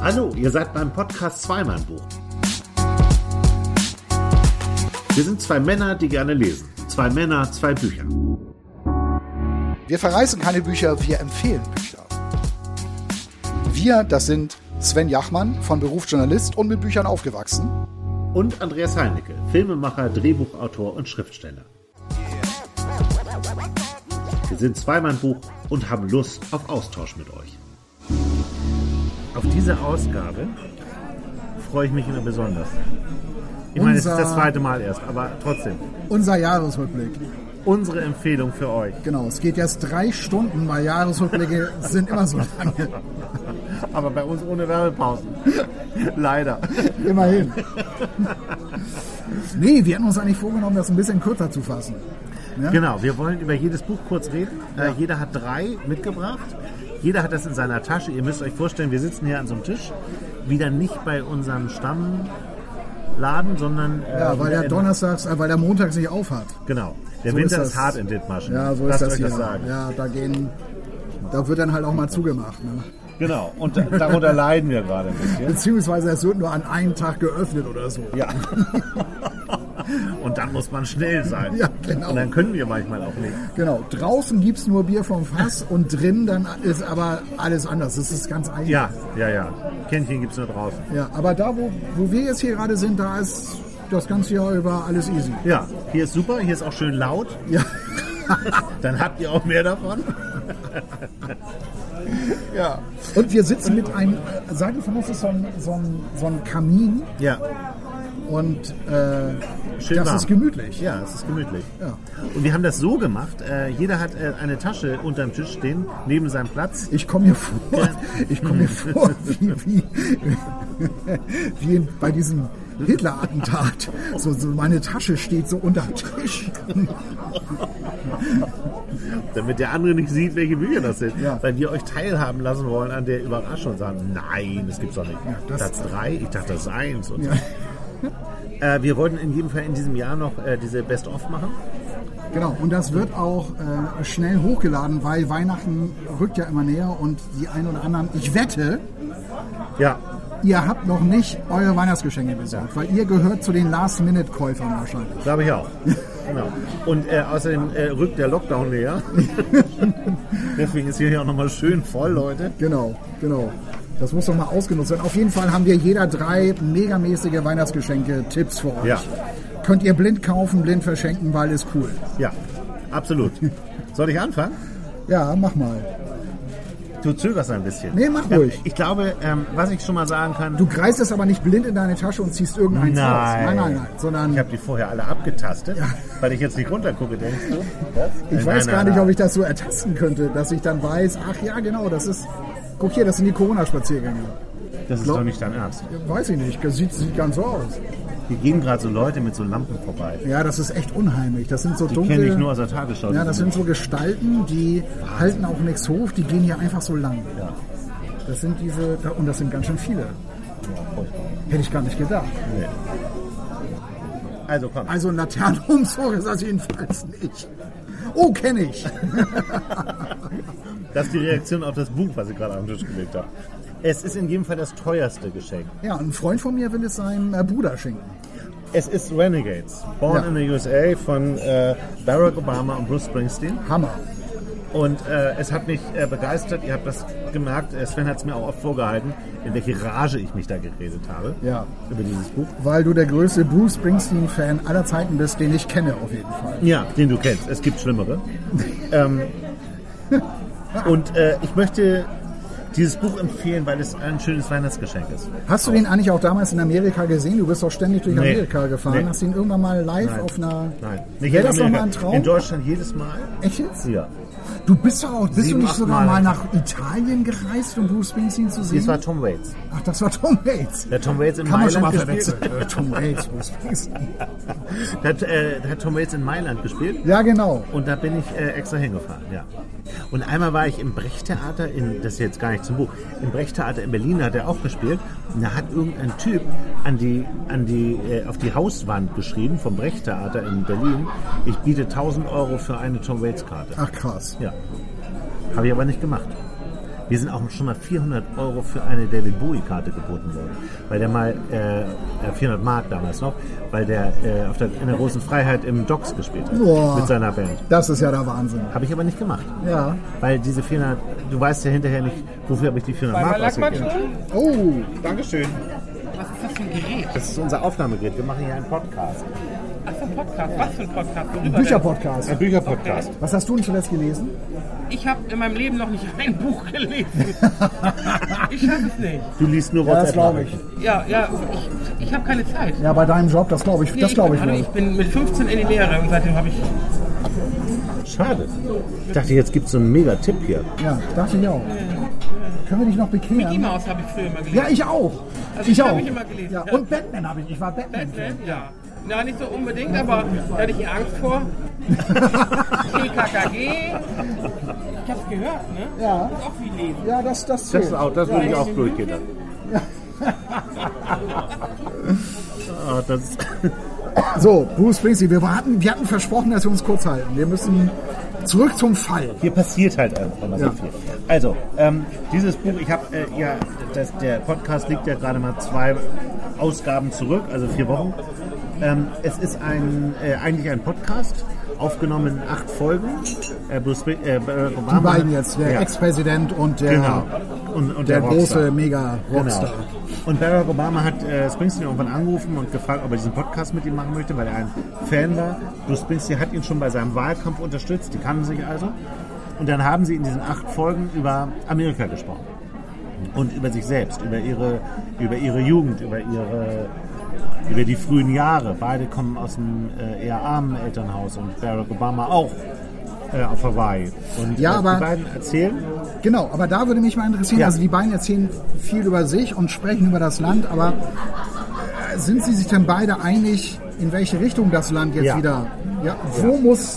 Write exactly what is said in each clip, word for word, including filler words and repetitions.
Hallo, ihr seid beim Podcast Zweimann-Buch. Wir sind zwei Männer, die gerne lesen. Zwei Männer, zwei Bücher. Wir verreißen keine Bücher, wir empfehlen Bücher. Wir, das sind Sven Jachmann, von Beruf Journalist und mit Büchern aufgewachsen. Und Andreas Heinecke, Filmemacher, Drehbuchautor und Schriftsteller. Wir sind Zweimann-Buch und haben Lust auf Austausch mit euch. Auf diese Ausgabe freue ich mich immer besonders. Ich meine, es ist das zweite Mal erst, aber trotzdem. Unser Jahresrückblick. Unsere Empfehlung für euch. Genau, es geht jetzt drei Stunden, weil Jahresrückblicke sind immer so lange. Aber bei uns ohne Werbepausen. Leider. Immerhin. Nee, wir hatten uns eigentlich vorgenommen, das ein bisschen kürzer zu fassen. Ja? Genau, wir wollen über jedes Buch kurz reden. Ja. Äh, jeder hat drei mitgebracht. Jeder hat das in seiner Tasche. Ihr müsst euch vorstellen, wir sitzen hier an so einem Tisch. Wieder nicht bei unserem Stammladen, sondern... Äh, ja, weil der Donnerstags, äh, weil der Montags nicht aufhat. Genau. Der so Winter ist, ist hart in Dithmarschen. Ja, so Lasst ist das euch hier. Das sagen. Ja, da gehen... Da wird dann halt auch mal zugemacht. Ne? Genau, und darunter leiden wir gerade ein bisschen. Beziehungsweise es wird nur an einem Tag geöffnet oder so. Ja. Und dann muss man schnell sein. Ja, genau. Und dann können wir manchmal auch nicht. Genau, draußen gibt es nur Bier vom Fass und drin dann ist aber alles anders. Das ist ganz einfach. Ja, ja, ja. Kännchen gibt es nur draußen. Ja, aber da, wo, wo wir jetzt hier gerade sind, da ist das ganze Jahr über alles easy. Ja, hier ist super, hier ist auch schön laut. Ja. Dann habt ihr auch mehr davon. Ja. Und wir sitzen mit einem, Seite von uns ist so ein, so ein, so ein Kamin. Ja. Und äh, schön das warm. ist gemütlich. Ja, es ist gemütlich. Ja. Und wir haben das so gemacht, äh, jeder hat äh, eine Tasche unterm Tisch stehen, neben seinem Platz. Ich komme mir vor, Ja. ich komme mir vor, wie, wie, wie bei diesem Hitler-Attentat. So, so meine Tasche steht so unterm Tisch. Damit der andere nicht sieht, welche Bücher das sind. Ja. Weil wir euch teilhaben lassen wollen an der Überraschung und sagen, nein, das gibt's doch nicht. Ja, das- Platz drei, ich dachte, das ist eins. Und Ja. so. Äh, wir wollten in jedem Fall in diesem Jahr noch äh, diese Best-of machen. Genau, und das wird auch äh, schnell hochgeladen, weil Weihnachten rückt ja immer näher und die einen oder anderen, ich wette, Ja, ihr habt noch nicht eure Weihnachtsgeschenke besorgt, weil ihr gehört zu den Last-Minute-Käufern wahrscheinlich. glaube ich auch. Genau. Und äh, außerdem äh, rückt der Lockdown näher. Deswegen ist hier auch nochmal schön voll, Leute. Genau, genau. Das muss doch mal ausgenutzt werden. Auf jeden Fall haben wir jeder drei megamäßige Weihnachtsgeschenke-Tipps für euch. Ja. Könnt ihr blind kaufen, blind verschenken, weil ist cool. Ja, absolut. Soll ich anfangen? Ja, mach mal. Du zögerst ein bisschen. Nee, mach Ähm, ruhig. Ich glaube, ähm, was ich schon mal sagen kann... Du greifst es aber nicht blind in deine Tasche und ziehst irgendeins Nein. raus. Nein, nein, nein. Sondern Ich habe die vorher alle abgetastet, Ja. weil ich jetzt nicht runtergucke, denkst du? Das? ich Nein, weiß nein, gar nicht, nein. ob ich das so ertasten könnte, dass ich dann weiß, ach ja, genau, das ist... Guck hier, das sind die Corona-Spaziergänge. Das ist Glaub- doch nicht dein Ernst. Weiß ich nicht, das sieht, sieht ganz so aus. Hier gehen gerade so Leute mit so Lampen vorbei. Ja, das ist echt unheimlich. Das sind so Die dunkle... kenne ich nur aus der Tagesschau. Ja, das sind so Gestalten, die halten auch nichts hoch, die gehen hier einfach so lang. Ja. Das sind diese, da- und das sind ganz schön viele. Hätte ich gar nicht gedacht. Nee. Also komm. Also ein Laternenumzug ist das jedenfalls nicht. Oh, kenne ich. Das ist die Reaktion auf das Buch, was ich gerade auf den Tisch gelegt habe. Es ist in jedem Fall das teuerste Geschenk. Ja, ein Freund von mir will es seinem äh, Bruder schenken. Es ist Renegades, Born Ja. in the U S A von äh, Barack Obama und Bruce Springsteen. Hammer. Und äh, es hat mich äh, begeistert. Ihr habt das gemerkt. Äh, Sven hat es mir auch oft vorgehalten, in welche Rage ich mich da geredet habe. Ja. Über dieses Buch. Weil du der größte Bruce Springsteen-Fan aller Zeiten bist, den ich kenne auf jeden Fall. Ja, den du kennst. Es gibt schlimmere. ähm, und äh, ich möchte dieses Buch empfehlen, weil es ein schönes Weihnachtsgeschenk ist. Hast du den eigentlich auch damals in Amerika gesehen? Du bist doch ständig durch Nee. Amerika gefahren. Nee. Hast du ihn irgendwann mal live Nein. auf einer... Nein. Nicht Wäre in das doch mal Amerika. ein Traum? In Deutschland jedes Mal. Echt jetzt? Ja. Du bist doch auch, bist Sieben, du nicht acht sogar Mal. mal nach Italien gereist, um Bruce Springsteen zu sehen? Das war Tom Waits. Ach, das war Tom Waits. Der Tom Waits in Kann man schon Mailand mal gespielt. verwechseln. Äh, Tom Waits, Bruce Springsteen. Der hat, äh, der hat Tom Waits in Mailand gespielt. Ja, genau. Und da bin ich äh, extra hingefahren, ja. Und einmal war ich im Brecht-Theater, in, das ist jetzt gar nicht zum Buch, im Brecht-Theater in Berlin hat er auch gespielt. Und da hat irgendein Typ an die, an die, äh, auf die Hauswand geschrieben vom Brecht-Theater in Berlin, ich biete tausend Euro für eine Tom Waits-Karte. Ach, krass. Ja. Habe ich aber nicht gemacht. mir sind auch schon mal vierhundert Euro für eine David Bowie-Karte geboten worden. Weil der mal, äh, vierhundert Mark damals noch, weil der, äh, auf der in der großen Freiheit im Docks gespielt hat. Boah, mit seiner Band. Das ist ja der Wahnsinn. Habe ich aber nicht gemacht. Ja. Weil diese vierhundert, du weißt ja hinterher nicht, wofür habe ich die vierhundert Mark ausgegeben. Oh, Dankeschön. Was ist das für ein Gerät? Das ist unser Aufnahmegerät. Wir machen hier einen Podcast. Ach so, ein Podcast. Was für ein Podcast? Worüber Bücherpodcast. Ein Bücherpodcast. Was hast du denn zuletzt gelesen? Ich habe in meinem Leben noch nicht ein Buch gelesen. Ich schaffe es nicht. Du liest nur Ja, das WhatsApp. glaube ich. Ja, ja, ich, ich habe keine Zeit. Ja, bei deinem Job, das glaube ich, Nee, das glaube ich bin, wohl. ich bin mit fünfzehn in die Lehre und seitdem habe ich... Schade. Ich dachte, jetzt gibt es so einen Mega-Tipp hier. Ja, dachte ich auch. Können wir dich noch Mickey bekehren? Mouse habe ich früher immer gelesen. Ja, ich auch. Also ich ich hab auch. mich immer gelesen. Ja. Ja. Und Batman habe ich. Ich war Batman. Batman? Ja. Na, nicht so unbedingt, aber da hatte ich hier Angst vor. T K K G. Ich hab's gehört, ne? Ja. Das ist auch viel lesen. Ja, das, das Das, zählt. ist auch, das würde ich auch durchgehen. Ah, das ist So, Bruce Springsteen, wir hatten, wir hatten versprochen, dass wir uns kurz halten. Wir müssen zurück zum Fall. Hier passiert halt einfach mal so Ja. viel. Also, ähm, dieses Buch, ich habe äh, ja, das, der Podcast liegt ja gerade mal zwei Ausgaben zurück, also vier Wochen. Ähm, es ist ein, äh, eigentlich ein Podcast, aufgenommen in acht Folgen. Äh, Bruce, Spring- äh, Barack Obama, Die beiden jetzt, der ja, Ex-Präsident und der, genau. und, und der, der, große Rockstar. Mega-Rockstar. Genau. Und Barack Obama hat äh, Springsteen irgendwann angerufen und gefragt, ob er diesen Podcast mit ihm machen möchte, weil er ein Fan war. Bruce Springsteen hat ihn schon bei seinem Wahlkampf unterstützt, die kannten sich also. Und dann haben sie in diesen acht Folgen über Amerika gesprochen. Und über sich selbst, über ihre, über ihre Jugend, über ihre, über die frühen Jahre. Beide kommen aus einem äh, eher armen Elternhaus und Barack Obama auch äh, auf Hawaii. Und Ja, äh, aber- die beiden erzählen. Genau, aber da würde mich mal interessieren, Ja. also die beiden erzählen viel über sich und sprechen über das Land, aber äh, sind sie sich denn beide einig, in welche Richtung das Land jetzt Ja. wieder, ja, wo muss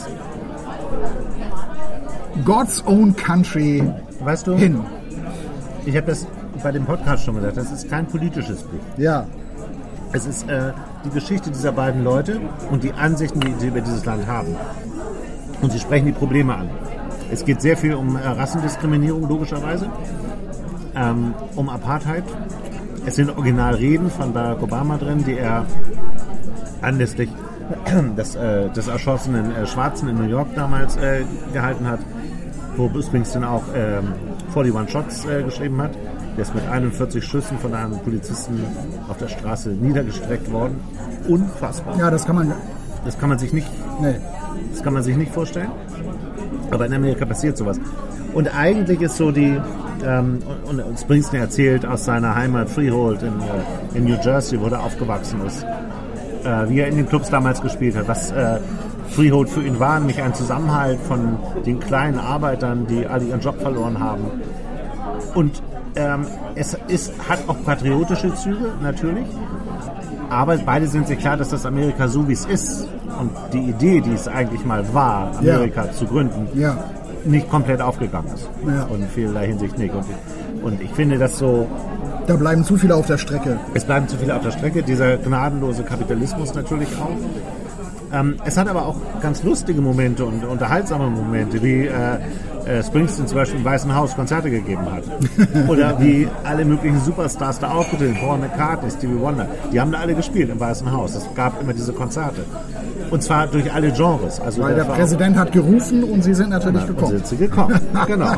God's Own Country Weißt du, hin? ich habe das bei dem Podcast schon gesagt, das ist kein politisches Buch. Ja, Es ist äh, die Geschichte dieser beiden Leute und die Ansichten, die sie über dieses Land haben. Und sie sprechen die Probleme an. Es geht sehr viel um äh, Rassendiskriminierung, logischerweise, ähm, um Apartheid. Es sind Originalreden von Barack Obama drin, die er anlässlich des, äh, des erschossenen äh, Schwarzen in New York damals äh, gehalten hat, wo Bruce Springsteen auch ähm, einundvierzig Shots äh, geschrieben hat. Der ist mit einundvierzig Schüssen von einem Polizisten auf der Straße niedergestreckt worden. Unfassbar. ja, das kann man, Das kann man sich nicht, nee. das kann man sich nicht vorstellen. Aber in Amerika passiert sowas. Und eigentlich ist so die, ähm, und, und Springsteen erzählt aus seiner Heimat Freehold in, äh, in New Jersey, wo er aufgewachsen ist, äh, wie er in den Clubs damals gespielt hat, was äh, Freehold für ihn war, nämlich ein Zusammenhalt von den kleinen Arbeitern, die alle ihren Job verloren haben. Und ähm, es ist, hat auch patriotische Züge, natürlich. Aber beide sind sich klar, dass das Amerika so wie es ist und die Idee, die es eigentlich mal war, Amerika Ja. zu gründen, Ja. nicht komplett aufgegangen ist. Ja. Und in vielerlei Hinsicht nicht. Und, und ich finde das so, Da bleiben zu viele auf der Strecke. es bleiben zu viele auf der Strecke, dieser gnadenlose Kapitalismus natürlich auch. Ähm, es hat aber auch ganz lustige Momente und unterhaltsame Momente, wie äh, äh, Springsteen zum Beispiel im Weißen Haus Konzerte gegeben hat. Oder wie alle möglichen Superstars da aufgetreten, Paul McCartney, Stevie Wonder, die haben da alle gespielt im Weißen Haus. Es gab immer diese Konzerte. Und zwar durch alle Genres. Also Weil der war auch- Präsident hat gerufen und sie sind natürlich Und gekommen. sind sie gekommen. Genau.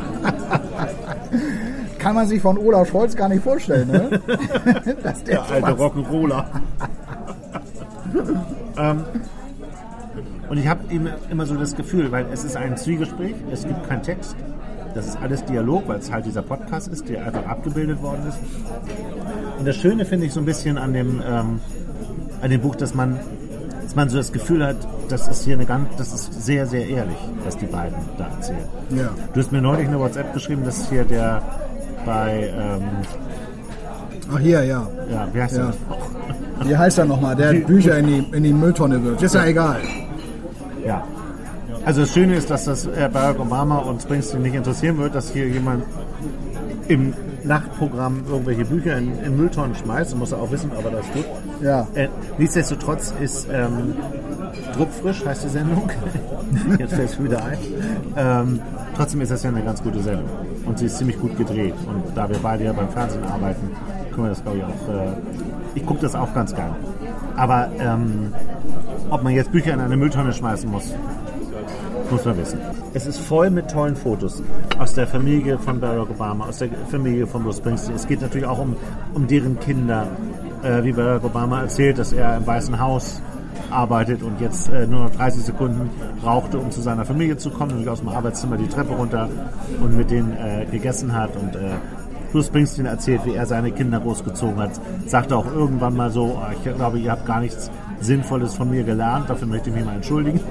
Kann man sich von Olaf Scholz gar nicht vorstellen, ne? Dass der Der alte sowas- Rock'n'Roller. ähm, und ich habe immer so das Gefühl, weil es ist ein Zwiegespräch, es gibt keinen Text, das ist alles Dialog, weil es halt dieser Podcast ist, der einfach abgebildet worden ist. Und das Schöne finde ich so ein bisschen an dem, ähm, an dem Buch, dass man, dass man so das Gefühl hat, das ist hier eine ganz, das ist sehr, sehr ehrlich, was die beiden da erzählen. Ja. Du hast mir neulich eine WhatsApp geschrieben, dass hier der bei, ähm, Ach hier, ja. ja, wie heißt Ja. der noch? Wie heißt er nochmal? Der Bücher in die, in die Mülltonne wirft. Ist ja egal. Ja. Also das Schöne ist, dass das äh, Barack Obama und Springsteen nicht interessieren wird, dass hier jemand im Nachtprogramm irgendwelche Bücher in, in Mülltonnen schmeißt. Man muss auch wissen, ob er das tut. Ja. Äh, nichtsdestotrotz ist, ähm, druckfrisch heißt die Sendung. Jetzt fällt es wieder ein. Ähm, trotzdem ist das ja eine ganz gute Sendung. Und sie ist ziemlich gut gedreht. Und da wir beide ja beim Fernsehen arbeiten, können wir das, glaube ich, auch... Äh, ich gucke das auch ganz gern. Aber ähm, ob man jetzt Bücher in eine Mülltonne schmeißen muss, muss man wissen. Es ist voll mit tollen Fotos aus der Familie von Barack Obama, aus der Familie von Bruce Springsteen. Es geht natürlich auch um, um deren Kinder, äh, wie Barack Obama erzählt, dass er im Weißen Haus arbeitet und jetzt äh, nur noch dreißig Sekunden brauchte, um zu seiner Familie zu kommen, nämlich aus dem Arbeitszimmer die Treppe runter und mit denen äh, gegessen hat. Und äh, Bruce Springsteen erzählt, wie er seine Kinder großgezogen hat. Sagte auch irgendwann mal so, ich glaube, ihr habt gar nichts Sinnvolles von mir gelernt, dafür möchte ich mich mal entschuldigen.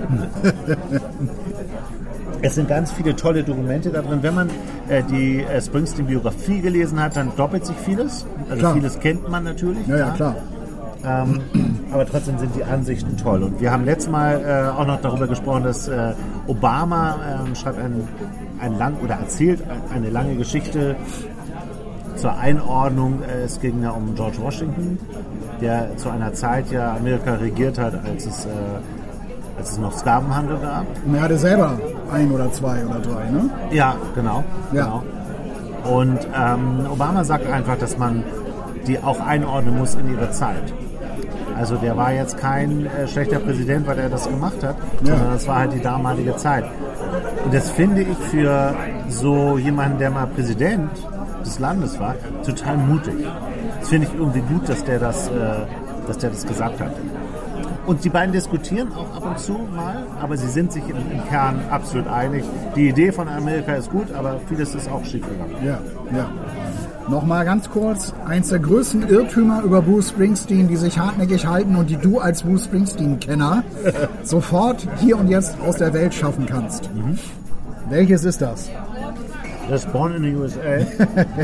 Es sind ganz viele tolle Dokumente da drin. Wenn man äh, die äh, Springsteen-Biografie gelesen hat, dann doppelt sich vieles. Also klar. Vieles kennt man natürlich. Ja, ja, klar. Ähm, aber trotzdem sind die Ansichten toll. Und wir haben letztes Mal äh, auch noch darüber gesprochen, dass äh, Obama äh, schreibt ein, ein lang oder erzählt eine lange Geschichte zur Einordnung. Äh, es ging ja um George Washington, der zu einer Zeit ja Amerika regiert hat, als es äh, als es noch Sklavenhandel gab. Und er hatte selber ein oder zwei oder drei, ne? Ja, genau. Ja. genau. Und ähm, Obama sagt einfach, dass man die auch einordnen muss in ihre Zeit. Also der war jetzt kein äh, schlechter Präsident, weil er das gemacht hat, Ja. sondern das war halt die damalige Zeit. Und das finde ich für so jemanden, der mal Präsident des Landes war, total mutig. Das finde ich irgendwie gut, dass der das, äh, dass der das gesagt hat. Und die beiden diskutieren auch ab und zu mal, aber sie sind sich im, im Kern absolut einig. Die Idee von Amerika ist gut, aber vieles ist auch schief gegangen. Ja, ja. Nochmal ganz kurz, eins der größten Irrtümer über Bruce Springsteen, die sich hartnäckig halten und die du als Bruce Springsteen-Kenner sofort hier und jetzt aus der Welt schaffen kannst. Mhm. Welches ist das? Das ist Born in the U S A.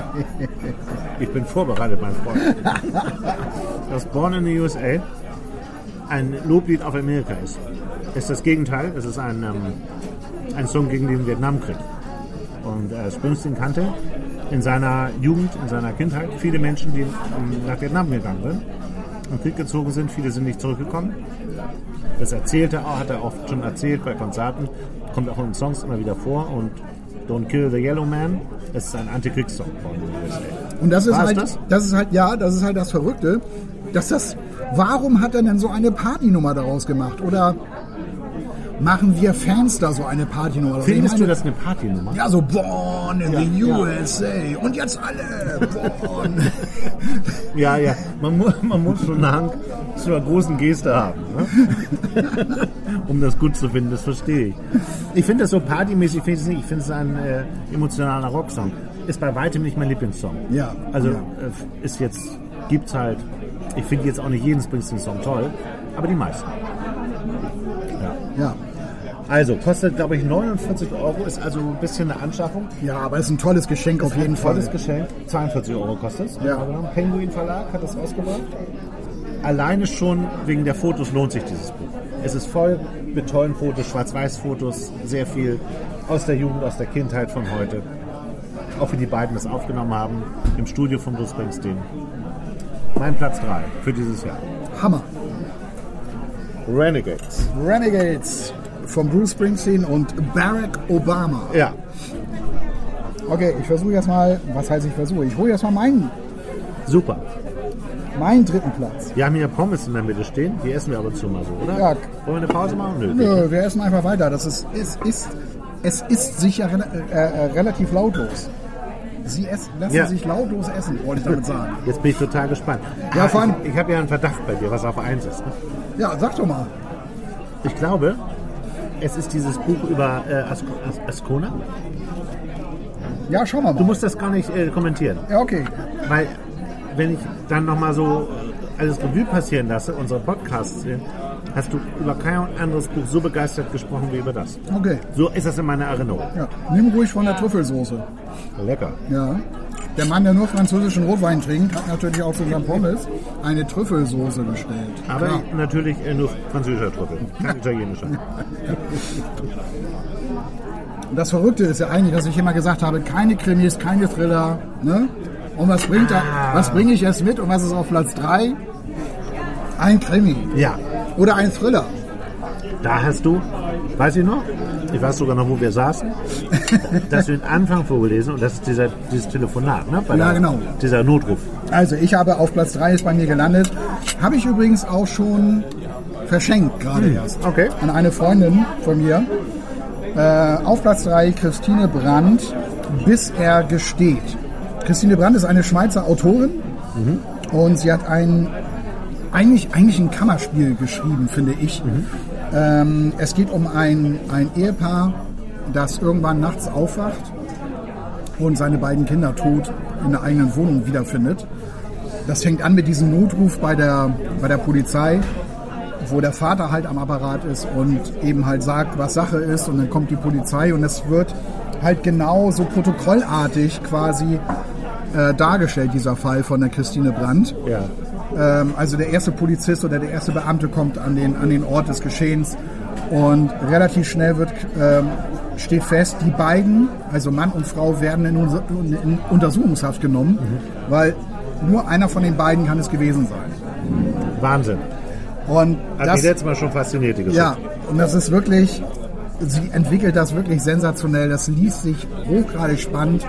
Ich bin vorbereitet, mein Freund. Das Born in the U S A ein Loblied auf Amerika ist. Ist das Gegenteil. Es ist ein, ähm, ein Song gegen den Vietnamkrieg. Und äh, Springsteen kannte in seiner Jugend, in seiner Kindheit viele Menschen, die ähm, nach Vietnam gegangen sind, im Krieg gezogen sind. Viele sind nicht zurückgekommen. Das erzählte er, hat er oft schon erzählt bei Konzerten. Kommt auch in Songs immer wieder vor. Und Don't Kill the Yellow Man, es ist ein Antikriegssong von den U S A. Und das ist War es halt, das? das ist halt, ja, das ist halt das Verrückte, dass das, warum hat er denn so eine Partynummer daraus gemacht? Oder machen wir Fans da so eine Partynummer daraus? Findest Ich du meine, das eine Partynummer? ja, so Born in Ja, the U ja. S A und jetzt alle Born. Ja, ja, man muss, man muss schon einen Hang zu einer großen Geste haben, ne? Um das gut zu finden, das verstehe ich. Ich finde das so partymäßig, finde ich es nicht. Ich finde es ein äh, emotionaler Rocksong. Ist bei weitem nicht mein Lieblingssong. Ja, Also ja. äh, ist jetzt, gibt's halt, ich finde jetzt auch nicht jeden Springsteen-Song toll, aber die meisten. Ja. Ja. Also, kostet, glaube ich, neunundvierzig Euro, ist also ein bisschen eine Anschaffung. ja, aber es ist ein tolles Geschenk auf jeden Fall. Tolles Geschenk. zweiundvierzig Euro kostet es. Ja. Penguin Verlag hat das rausgebracht. Alleine schon wegen der Fotos lohnt sich dieses Buch. Es ist voll mit tollen Fotos, Schwarz-Weiß-Fotos, sehr viel aus der Jugend, aus der Kindheit von heute. Auch wie die beiden das aufgenommen haben im Studio von Bruce Springsteen. Mein Platz drei für dieses Jahr. Hammer. Renegades. Renegades von Bruce Springsteen und Barack Obama. Ja, Okay, ich versuche jetzt mal, was heißt ich versuche? Ich hole jetzt mal meinen, super. meinen dritten Platz. Wir haben hier Pommes in der Mitte stehen, die essen wir ab und zu mal so, oder? Ja. Wollen wir eine Pause machen? Nö. Nö, wir essen einfach weiter. Das ist, ist, ist, es ist sicher äh, äh, relativ lautlos. Sie essen, lassen Ja. sich lautlos essen, wollte ich damit sagen. Jetzt bin ich total gespannt. Ja, Ah, vor allem- ich ich habe ja einen Verdacht bei dir, was auf eins ist. Ne? Ja, sag doch mal. Ich glaube, es ist dieses Buch über äh, Asco- As- Ascona. Ja, schauen wir mal. Du musst das gar nicht äh, kommentieren, Ja, okay. weil wenn ich dann nochmal so äh, alles Revue passieren lasse, unsere Podcasts, äh, hast du über kein anderes Buch so begeistert gesprochen wie über das. Okay. So ist das in meiner Erinnerung. Ja. Nimm ruhig von der Trüffelsoße. Lecker. Ja. Der Mann, der nur französischen Rotwein trinkt, hat natürlich auch zu seinem Pommes eine Trüffelsoße bestellt. Aber Klar. natürlich äh, nur französischer Trüffel, kein italienischer. Und das Verrückte ist ja eigentlich, dass ich immer gesagt habe, keine Krimis, keine Thriller. Ne? Und was bringt da, was bringe ich jetzt mit und was ist auf Platz drei? Ein Krimi. Ja. Oder ein Thriller. Da hast du, weiß ich noch, ich weiß sogar noch, wo wir saßen, dass wir den Anfang vorgelesen und das ist dieser, dieses Telefonat, ne? Bei Ja, der, genau. Dieser Notruf. Also ich habe auf Platz drei ist bei mir gelandet. Habe ich übrigens auch schon verschenkt gerade Hm, erst. okay. An eine Freundin von mir. Äh, auf Platz drei Christine Brandt, Bis er gesteht. Christine Brandt ist eine Schweizer Autorin mhm. und sie hat ein eigentlich, eigentlich ein Kammerspiel geschrieben, finde ich. Mhm. Ähm, es geht um ein, ein Ehepaar, das irgendwann nachts aufwacht und seine beiden Kinder tot in der eigenen Wohnung wiederfindet. Das fängt an mit diesem Notruf bei der, bei der Polizei, wo der Vater halt am Apparat ist und eben halt sagt, was Sache ist, und dann kommt die Polizei und es wird halt genau so protokollartig quasi äh, dargestellt, dieser Fall von der Christine Brandt. Ja. Ähm, also der erste Polizist oder der erste Beamte kommt an den, an den Ort des Geschehens und relativ schnell wird, ähm, steht fest, die beiden, also Mann und Frau, werden in, in Untersuchungshaft genommen, mhm. weil nur einer von den beiden kann es gewesen sein. Wahnsinn. Und Hat das, mich letztes Mal schon fasziniert, die Geschichte. ja, und das ist wirklich, sie entwickelt das wirklich sensationell. Das liest sich hochgradig spannend,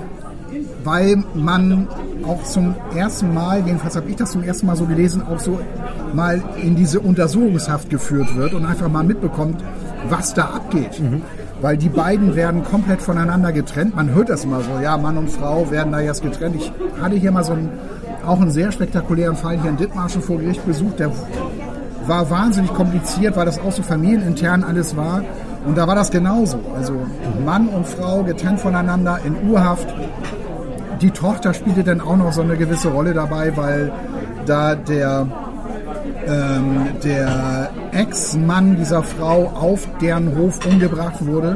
weil man auch zum ersten Mal, jedenfalls habe ich das zum ersten Mal so gelesen, auch so mal in diese Untersuchungshaft geführt wird und einfach mal mitbekommt, was da abgeht. Mhm. Weil die beiden werden komplett voneinander getrennt. Man hört das immer so, ja, Mann und Frau werden da jetzt getrennt. Ich hatte hier mal so einen, auch einen sehr spektakulären Fall hier in Dithmarschen vor Gericht besucht, der war wahnsinnig kompliziert, weil das auch so familienintern alles war. Und da war das genauso. Also Mann und Frau getrennt voneinander in Urhaft. Die Tochter spielte dann auch noch so eine gewisse Rolle dabei, weil da der, ähm, der Ex-Mann dieser Frau auf deren Hof umgebracht wurde.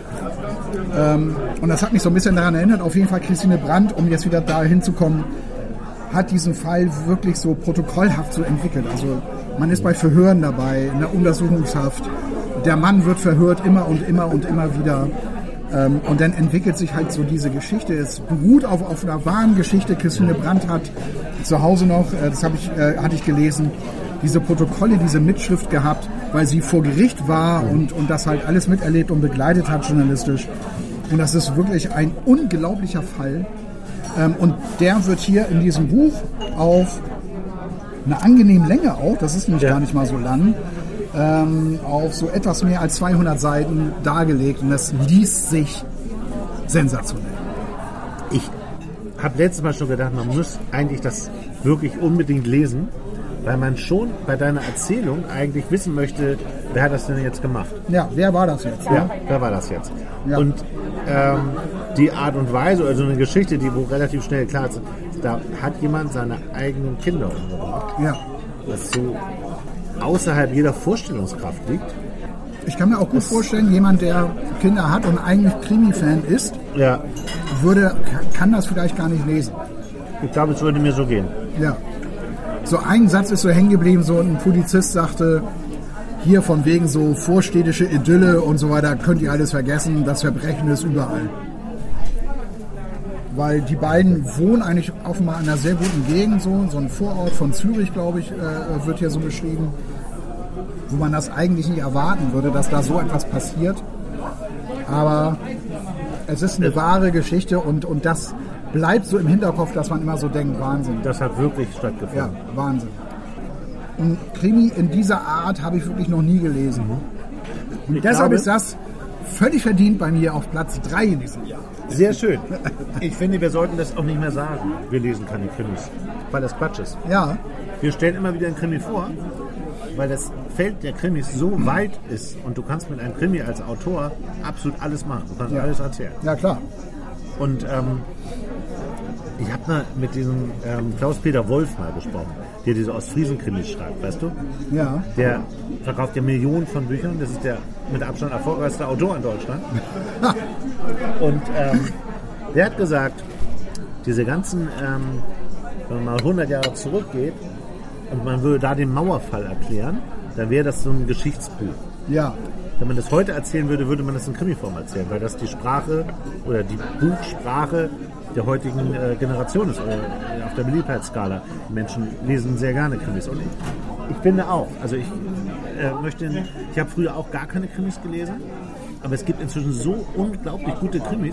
Ähm, und das hat mich so ein bisschen daran erinnert. Auf jeden Fall Christine Brandt, um jetzt wieder da hinzukommen, hat diesen Fall wirklich so protokollhaft so entwickelt. Also man ist bei Verhören dabei, in der Untersuchungshaft. Der Mann wird verhört immer und immer und immer wieder. Ähm, und dann entwickelt sich halt so diese Geschichte. Es beruht auf, auf einer wahren Geschichte. Christine Brandt hat zu Hause noch, äh, das hab ich, äh, hatte ich gelesen, diese Protokolle, diese Mitschrift gehabt, weil sie vor Gericht war und, und das halt alles miterlebt und begleitet hat journalistisch. Und das ist wirklich ein unglaublicher Fall. Ähm, und der wird hier in diesem Buch auf eine angenehme Länge auch, das ist nämlich ja. gar nicht mal so lang, ähm, auf so etwas mehr als zweihundert Seiten dargelegt und das liest sich sensationell. Ich habe letztes Mal schon gedacht, man muss eigentlich das wirklich unbedingt lesen, weil man schon bei deiner Erzählung eigentlich wissen möchte, wer hat das denn jetzt gemacht? Ja, wer war das jetzt? Ja, Ja, wer war das jetzt? Ja. Und ähm, die Art und Weise, also eine Geschichte, die wo relativ schnell klar ist, da hat jemand seine eigenen Kinder umgebracht, ja. was so außerhalb jeder Vorstellungskraft liegt. Ich kann mir auch gut vorstellen, jemand, der Kinder hat und eigentlich Krimi-Fan ist, Ja, würde, kann das vielleicht gar nicht lesen. ich glaube, es würde mir so gehen. Ja. So ein Satz ist so hängen geblieben, so ein Polizist sagte, hier von wegen so vorstädtische Idylle und so weiter, könnt ihr alles vergessen, das Verbrechen ist überall. Weil die beiden wohnen eigentlich offenbar in einer sehr guten Gegend, so, so ein Vorort von Zürich, glaube ich, äh, wird hier so beschrieben, wo man das eigentlich nicht erwarten würde, dass da so etwas passiert. Aber es ist eine wahre Geschichte und, und das bleibt so im Hinterkopf, dass man immer so denkt, Wahnsinn. Das hat wirklich stattgefunden. Ja, Wahnsinn. Ein Krimi in dieser Art habe ich wirklich noch nie gelesen. Und Ich deshalb glaube- ist das völlig verdient bei mir auf Platz drei in diesem Jahr. Sehr schön. Ich finde, wir sollten das auch nicht mehr sagen. Wir lesen keine Krimis, weil das Quatsch ist. Ja, Wir stellen immer wieder einen Krimi vor, weil das Feld der Krimis so weit ist und du kannst mit einem Krimi als Autor absolut alles machen. Du kannst Ja. alles erzählen. ja klar. Und ähm, ich habe mal mit diesem ähm, Klaus-Peter Wolf mal gesprochen, der diese Ostfriesen-Krimis schreibt, weißt du? Ja, Der verkauft ja Millionen von Büchern. Das ist der mit Abstand erfolgreichste Autor in Deutschland. Und ähm, der hat gesagt, diese ganzen, ähm, wenn man mal hundert Jahre zurückgeht und man würde da den Mauerfall erklären, dann wäre das so ein Geschichtsbuch. ja, Wenn man das heute erzählen würde, würde man das in Krimiform erzählen, weil das die Sprache oder die Buchsprache der heutigen äh, Generation ist, äh, auf der Beliebtheitsskala. Die Menschen lesen sehr gerne Krimis. Und ich, ich finde auch, also ich äh, möchte, ich habe früher auch gar keine Krimis gelesen, aber es gibt inzwischen so unglaublich gute Krimis,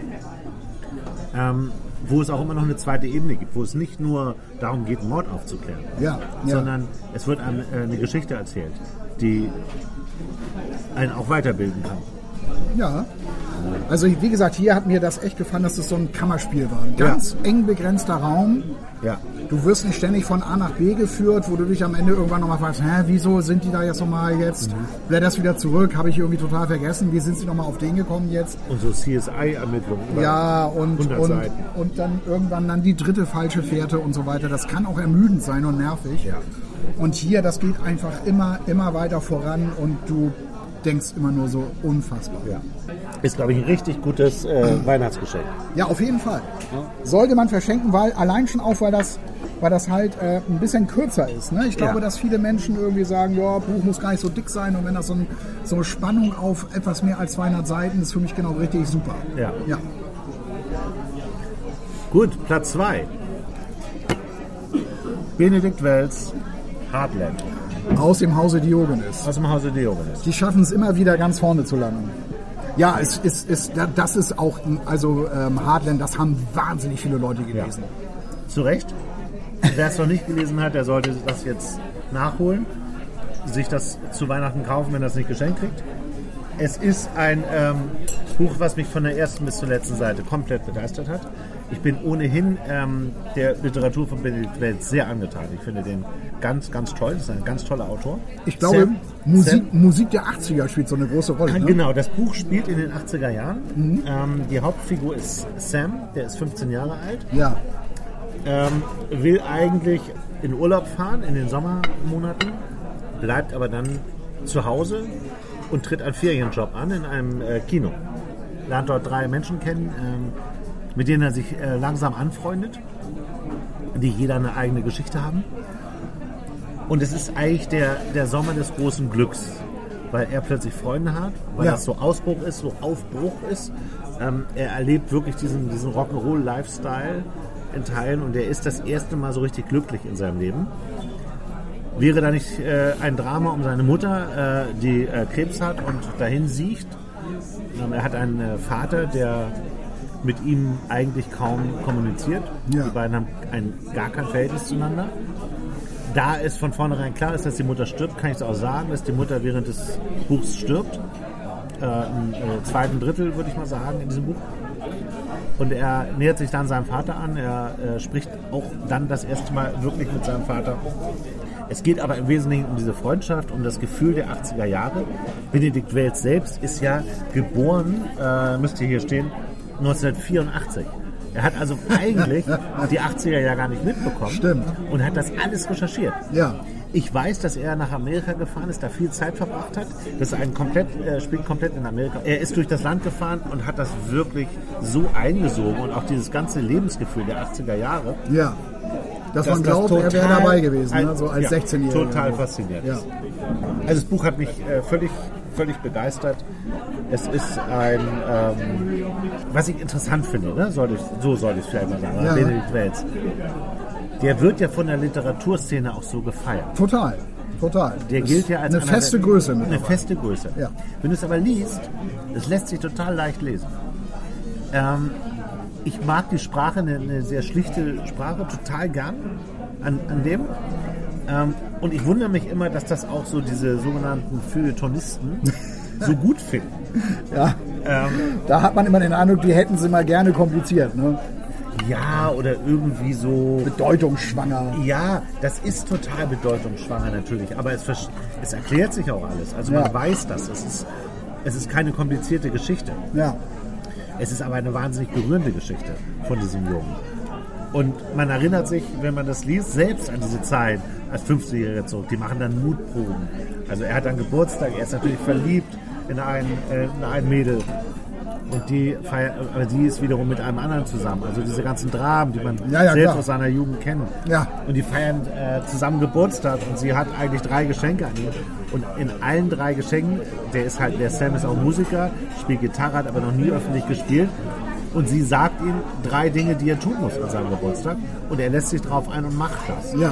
ähm, wo es auch immer noch eine zweite Ebene gibt, wo es nicht nur darum geht, einen Mord aufzuklären, Ja, ja. sondern es wird einem äh, eine Geschichte erzählt, die einen auch weiterbilden kann. Ja. Also wie gesagt, hier hat mir das echt gefallen, dass es so ein Kammerspiel war. Ein ganz Ja. eng begrenzter Raum. Ja. Du wirst nicht ständig von A nach B geführt, wo du dich am Ende irgendwann nochmal fragst, hä, wieso sind die da jetzt nochmal jetzt? Mhm. Blätterst wieder zurück, habe ich irgendwie total vergessen. Wie sind sie nochmal auf den gekommen jetzt? Und so C S I-Ermittlungen. Ja, und, hundert und, Seiten. und dann irgendwann dann die dritte falsche Fährte und so weiter. Das kann auch ermüdend sein und nervig. Ja. Und hier, das geht einfach immer, immer weiter voran und du denkst immer nur so unfassbar. Ja. Ist, glaube ich, ein richtig gutes äh, Weihnachtsgeschenk. Ja, auf jeden Fall. Sollte man verschenken, weil allein schon auch, weil das, weil das halt äh, ein bisschen kürzer ist. Ne? Ich glaube, Ja. dass viele Menschen irgendwie sagen, ja, Buch muss gar nicht so dick sein und wenn das so, ein, so eine Spannung auf etwas mehr als zweihundert Seiten ist, für mich genau richtig super. Ja. Ja. Gut, Platz zwei. Benedikt Wells, Heartland. Aus dem Hause Diogenes. Aus dem Hause Diogenes. Die schaffen es immer wieder ganz vorne zu landen. Ja, es ist, ist, das ist auch, also ähm, Heartland, das haben wahnsinnig viele Leute gelesen. Zu Recht. Wer es noch nicht gelesen hat, der sollte das jetzt nachholen, sich das zu Weihnachten kaufen, wenn er es nicht geschenkt kriegt. Es ist ein ähm, Buch, was mich von der ersten bis zur letzten Seite komplett begeistert hat. Ich bin ohnehin ähm, der Literatur von Benedikt Wells sehr angetan. Ich finde den ganz, ganz toll. Das ist ein ganz toller Autor. Ich glaube, Sam, Musik, Sam, Musik der achtziger spielt so eine große Rolle. Ne? Genau, das Buch spielt in den achtziger Jahren. Mhm. Ähm, die Hauptfigur ist Sam, der ist fünfzehn Jahre alt. Ja. Ähm, will eigentlich in Urlaub fahren in den Sommermonaten, bleibt aber dann zu Hause und tritt einen Ferienjob an in einem äh, Kino. Lernt dort drei Menschen kennen, ähm, mit denen er sich äh, langsam anfreundet, die jeder eine eigene Geschichte haben. Und es ist eigentlich der, der Sommer des großen Glücks, weil er plötzlich Freunde hat, weil Ja. das so Ausbruch ist, so Aufbruch ist. Ähm, er erlebt wirklich diesen, diesen Rock'n'Roll-Lifestyle in Teilen und er ist das erste Mal so richtig glücklich in seinem Leben. Wäre da nicht äh, ein Drama um seine Mutter, äh, die äh, Krebs hat und dahin siecht? Ähm, er hat einen äh, Vater, der mit ihm eigentlich kaum kommuniziert. Ja. Die beiden haben ein, gar kein Verhältnis zueinander. Da es von vornherein klar ist, dass die Mutter stirbt, kann ich es auch sagen, dass die Mutter während des Buchs stirbt. Äh, Im äh, zweiten Drittel, würde ich mal sagen, in diesem Buch. Und er nähert sich dann seinem Vater an. Er äh, spricht auch dann das erste Mal wirklich mit seinem Vater. Es geht aber im Wesentlichen um diese Freundschaft, um das Gefühl der achtziger Jahre. Benedikt Wells selbst ist ja geboren, äh, müsste hier stehen, neunzehnhundertvierundachtzig. Er hat also eigentlich die achtziger ja gar nicht mitbekommen. Stimmt. Und hat das alles recherchiert. Ja. Ich weiß, dass er nach Amerika gefahren ist, da viel Zeit verbracht hat. Das ist ein komplett, äh, spielt komplett in Amerika. Er ist durch das Land gefahren und hat das wirklich so eingesogen und auch dieses ganze Lebensgefühl der achtziger Jahre. Ja. Dass, dass man glaubt, das er wäre total dabei gewesen, ein- ne? So als ja, sechzehnjähriger. Total faszinierend. Ja. Also das Buch hat mich äh, völlig, völlig begeistert. Es ist ein, ähm, was ich interessant finde, ne? Soll ich, so soll ich es vielleicht mal sagen, Ja. Benedikt Wells. Der wird ja von der Literaturszene auch so gefeiert. Total. Total. Der Das gilt ja als eine einer feste der, Größe Eine mittlerweile. feste Größe. Ja. Wenn du es aber liest, es lässt sich total leicht lesen. Ähm, ich mag die Sprache, eine, eine sehr schlichte Sprache, total gern an, an dem. Ähm, und ich wundere mich immer, dass das auch so diese sogenannten Feuilletonisten so gut finden. Ja. Ähm, Da hat man immer den Eindruck, die hätten sie mal gerne kompliziert. Ne? ja, oder irgendwie so... Bedeutungsschwanger. Ja, das ist total bedeutungsschwanger natürlich, aber es, vers- es erklärt sich auch alles. Also Ja. man weiß das. Es ist, es ist keine komplizierte Geschichte. Ja. Es ist aber eine wahnsinnig berührende Geschichte von diesem Jungen. Und man erinnert sich, wenn man das liest, selbst an diese Zeit als fünfzigjähriger zurück. Die machen dann Mutproben. Also er hat dann Geburtstag, er ist natürlich verliebt in ein, äh, in ein Mädel. Und die feiert, aber sie ist wiederum mit einem anderen zusammen. Also diese ganzen Dramen, die man Ja, ja, selbst klar. aus seiner Jugend kennt. Ja. Und die feiern äh, zusammen Geburtstag und sie hat eigentlich drei Geschenke an ihn. Und in allen drei Geschenken, der ist halt, der Sam ist auch Musiker, spielt Gitarre, hat aber noch nie öffentlich gespielt. Und sie sagt ihm drei Dinge, die er tun muss an seinem Geburtstag. Und er lässt sich darauf ein und macht das. Ja.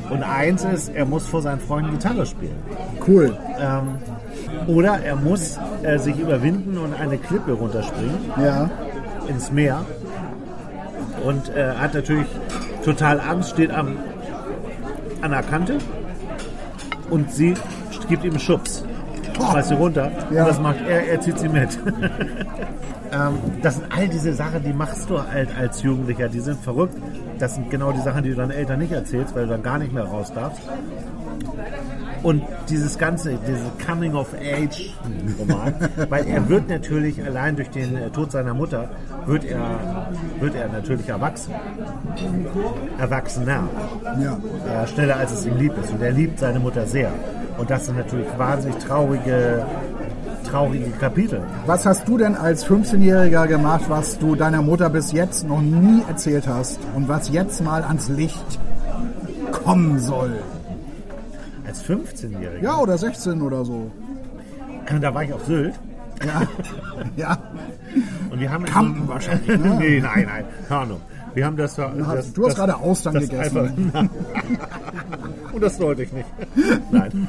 Und eins ist, er muss vor seinen Freunden Gitarre spielen. Cool. Ähm, oder er muss äh, sich überwinden und eine Klippe runterspringen Ja. ins Meer. Und äh, hat natürlich total Angst, steht am, an der Kante und sie gibt ihm einen Schubs. Schmeißt sie runter. Ja. Und was macht er? Er zieht sie mit. ähm, das sind all diese Sachen, die machst du halt als Jugendlicher. Die sind verrückt. Das sind genau die Sachen, die du deinen Eltern nicht erzählst, weil du dann gar nicht mehr raus darfst. Und dieses ganze, diese Coming-of-Age-Roman, weil er wird natürlich allein durch den Tod seiner Mutter, wird er, wird er natürlich erwachsen. Erwachsener. Ja. Äh, schneller als es ihm lieb ist. Und er liebt seine Mutter sehr. Und das sind natürlich wahnsinnig traurige, traurige Kapitel. Was hast du denn als fünfzehnjähriger gemacht, was du deiner Mutter bis jetzt noch nie erzählt hast und was jetzt mal ans Licht kommen soll? Als fünfzehnjähriger? Ja, oder sechzehn oder so. Da war ich auf Sylt. Ja. Ja. Und wir haben Kampen wahrscheinlich, ne? Nee, nein, nein. Keine Ahnung. Wir haben das... das Du hast das, gerade Austern das gegessen. Einfach, und das wollte ich nicht. Nein.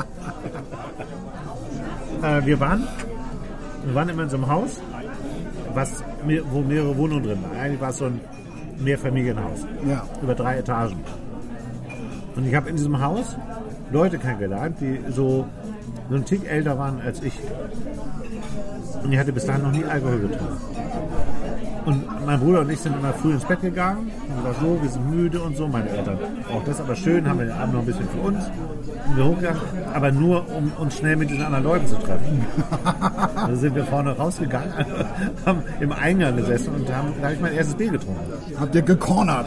äh, wir waren... Wir waren immer in so einem Haus, was, wo mehrere Wohnungen drin waren. Eigentlich war es so ein Mehrfamilienhaus. Ja. Über drei Etagen. Und ich habe in diesem Haus Leute kennengelernt, die so, so einen Tick älter waren als ich. Und ich hatte bis dahin noch nie Alkohol getrunken. Und mein Bruder und ich sind immer früh ins Bett gegangen. Und war so, wir sind müde und so. Meine Eltern auch das, aber schön, haben wir den Abend noch ein bisschen für uns. Und wir hochgegangen, aber nur, um uns schnell mit diesen anderen Leuten zu treffen. Da sind wir vorne rausgegangen, haben im Eingang gesessen und haben, da habe ich mein erstes Bier getrunken. Habt ihr gecornert?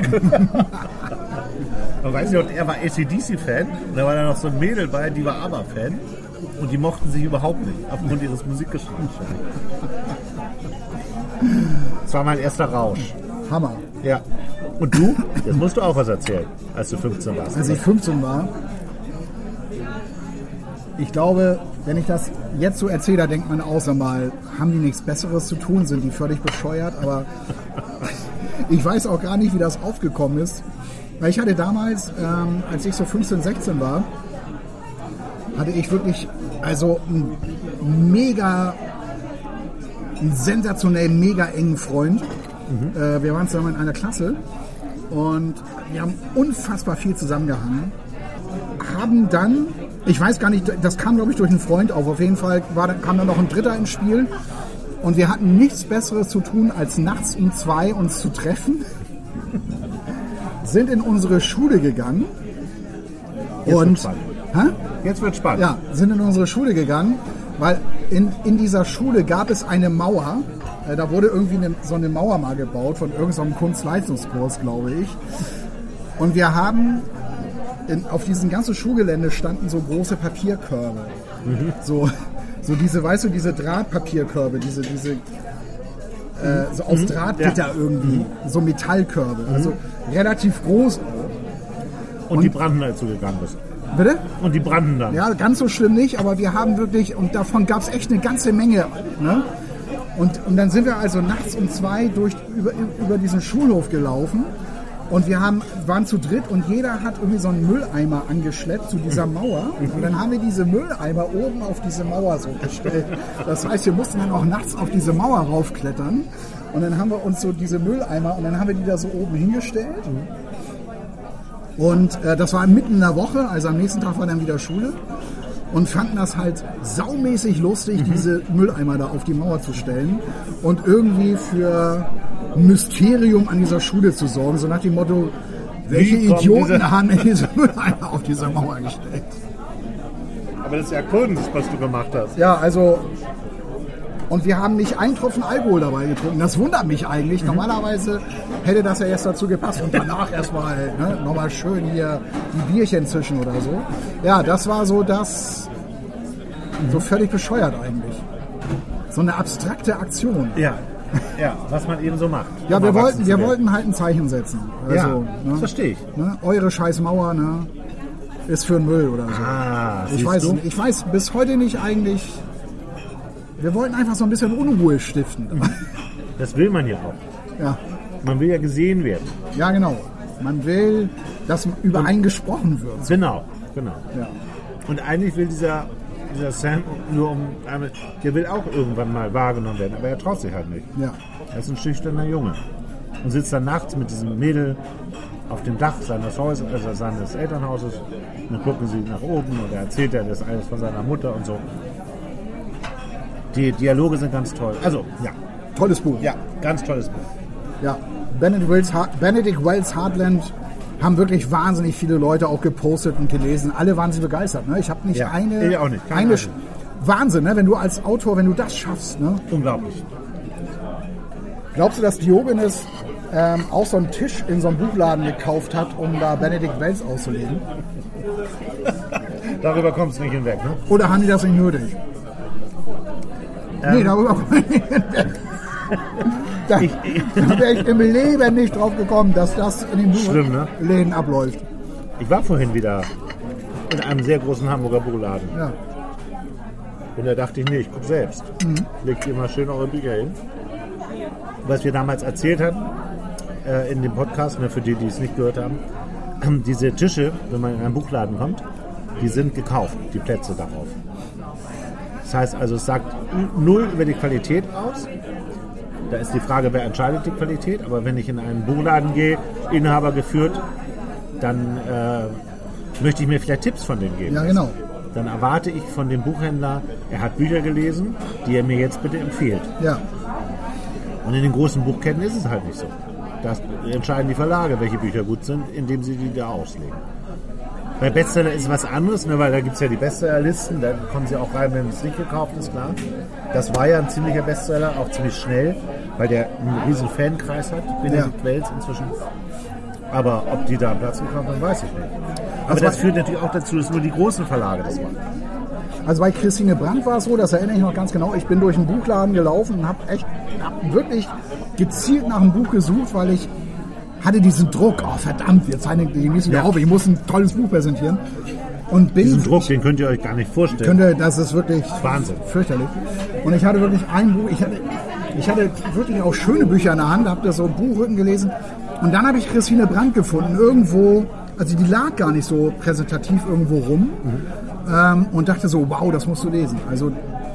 Und weiß ich noch, er war A C D C-Fan und da war da noch so ein Mädel bei, die war ABBA-Fan und die mochten sich überhaupt nicht, aufgrund ihres Musikgeschmacks. Das war mein erster Rausch. Hammer. Ja. Und du? Jetzt musst du auch was erzählen, als du fünfzehn warst. Als ich fünfzehn war, ich glaube, wenn ich das jetzt so erzähle, da denkt man außer mal, haben die nichts Besseres zu tun, sind die völlig bescheuert, aber ich weiß auch gar nicht, wie das aufgekommen ist. Weil ich hatte damals, ähm, als ich so fünfzehn, sechzehn war, hatte ich wirklich also einen mega, einen sensationell mega engen Freund. Mhm. Äh, wir waren zusammen in einer Klasse und wir haben unfassbar viel zusammengehangen. Haben dann, ich weiß gar nicht, das kam glaube ich durch einen Freund auf, auf jeden Fall war, kam dann noch ein Dritter ins Spiel und wir hatten nichts Besseres zu tun, als nachts um zwei uns zu treffen. Sind in unsere Schule gegangen. Jetzt und wird spannend. Hä? Jetzt wird spannend. Ja, sind in unsere Schule gegangen, weil in, in dieser Schule gab es eine Mauer. Äh, da wurde irgendwie eine, so eine Mauer mal gebaut von irgendeinem so Kunstleistungskurs, glaube ich. Und wir haben in, auf diesem ganzen Schulgelände standen so große Papierkörbe. Mhm. So, so diese, weißt du, diese Drahtpapierkörbe, diese, diese äh, so aus Drahtgitter ja. irgendwie, mhm. so Metallkörbe, also mhm. relativ groß. Und, und die brannten, als du gegangen bist. Bitte? Und die brannten dann. Ja, ganz so schlimm nicht, aber wir haben wirklich, und davon gab es echt eine ganze Menge. Ne? Und, und dann sind wir also nachts um zwei durch, über, über diesen Schulhof gelaufen und wir haben, waren zu dritt und jeder hat irgendwie so einen Mülleimer angeschleppt zu dieser Mauer und dann haben wir diese Mülleimer oben auf diese Mauer so gestellt. Das heißt, wir mussten dann auch nachts auf diese Mauer raufklettern und dann haben wir uns so diese Mülleimer und dann haben wir die da so oben hingestellt. Und äh, das war mitten in der Woche, also am nächsten Tag war dann wieder Schule und fanden das halt saumäßig lustig, mhm. diese Mülleimer da auf die Mauer zu stellen und irgendwie für ein Mysterium an dieser Schule zu sorgen, so nach dem Motto, welche Idioten diese... haben denn diese Mülleimer auf diese Mauer gestellt? Aber das ist ja Kunst, was du gemacht hast. Ja, also... Und wir haben nicht einen Tropfen Alkohol dabei getrunken. Das wundert mich eigentlich. Mhm. Normalerweise hätte das ja erst dazu gepasst. Und danach erstmal ne, nochmal schön hier die Bierchen zischen oder so. Ja, das war so das, mhm. so völlig bescheuert eigentlich. So eine abstrakte Aktion. Ja, ja, was man eben so macht. Ja, wir wollten, wir wollten halt ein Zeichen setzen. Also, ja, ne, das verstehe ich. Ne, eure scheiß Mauer ne, ist für den Müll oder so. Ah, ich weiß, du? ich weiß bis heute nicht eigentlich... Wir wollten einfach so ein bisschen Unruhe stiften. Das will man ja auch. Ja. Man will ja gesehen werden. Ja, genau. Man will, dass über einen gesprochen wird. Genau, genau. Ja. Und eigentlich will dieser, dieser Sam nur um, der will auch irgendwann mal wahrgenommen werden, aber er traut sich halt nicht. Ja. Er ist ein schüchterner Junge und sitzt dann nachts mit diesem Mädel auf dem Dach seines Hauses, also seines Elternhauses, und dann gucken sie nach oben und er erzählt er das alles von seiner Mutter und so. Die Dialoge sind ganz toll. Also, ja. Tolles Buch. Ja, ganz tolles Buch. Ja. Benedict Wells, Benedict Wells Heartland haben wirklich wahnsinnig viele Leute auch gepostet und gelesen. Alle waren sie begeistert. Ne? Ich habe nicht Ja, eine... ich auch nicht. Keine eine Ahnung. Wahnsinn, ne? Wenn du als Autor, wenn du das schaffst. Ne? Unglaublich. Glaubst du, dass Diogenes ähm, auch so einen Tisch in so einem Buchladen gekauft hat, um da Benedict Wells auszulegen? Darüber kommst du nicht hinweg, ne? Oder haben die das nicht nötig? Ähm, nee, darüber komme ich nicht hinweg. Da, da wäre ich im Leben nicht drauf gekommen, dass das in den Schlimm, ne? Läden abläuft. Ich war vorhin wieder in einem sehr großen Hamburger Buchladen. Ja. Und da dachte ich, nee, ich guck selbst. Mhm. Legt ihr mal schön eure Bücher hin. Was wir damals erzählt hatten, äh, in dem Podcast, ne, für die, die es nicht gehört haben, äh, diese Tische, wenn man in einen Buchladen kommt, die sind gekauft, die Plätze darauf. Das heißt also, es sagt null über die Qualität aus. Da ist die Frage, wer entscheidet die Qualität. Aber wenn ich in einen Buchladen gehe, Inhaber geführt, dann äh, möchte ich mir vielleicht Tipps von denen geben. Ja, genau. Dann erwarte ich von dem Buchhändler, er hat Bücher gelesen, die er mir jetzt bitte empfiehlt. Ja. Und in den großen Buchketten ist es halt nicht so. Da entscheiden die Verlage, welche Bücher gut sind, indem sie die da auslegen. Bei Bestseller ist es was anderes, ne, weil da gibt es ja die Bestsellerlisten, da kommen sie auch rein, wenn es nicht gekauft ist, klar. Das war ja ein ziemlicher Bestseller, auch ziemlich schnell, weil der einen riesen Fankreis hat, Benedict Ja. Wells inzwischen. Aber ob die da einen Platz gekauft haben, weiß ich nicht. Aber Das das war- führt natürlich auch dazu, dass nur die großen Verlage das machen. Also bei Christine Brandt war es so, das erinnere ich noch ganz genau, ich bin durch einen Buchladen gelaufen und habe echt hab wirklich gezielt nach einem Buch gesucht, weil ich hatte diesen Druck, oh verdammt, jetzt zeigen die nächsten Ja. auf, ich muss ein tolles Buch präsentieren. Und bin, Diesen Druck, den könnt ihr euch gar nicht vorstellen. könnte, das ist wirklich Wahnsinn. fürchterlich. Und ich hatte wirklich ein Buch, ich hatte, ich hatte wirklich auch schöne Bücher in der Hand, habe das so Buchrücken gelesen. Und dann habe ich Christine Brandt gefunden, irgendwo, also die lag gar nicht so präsentativ irgendwo rum. Mhm. Ähm, und dachte so, wow, das musst du lesen. Also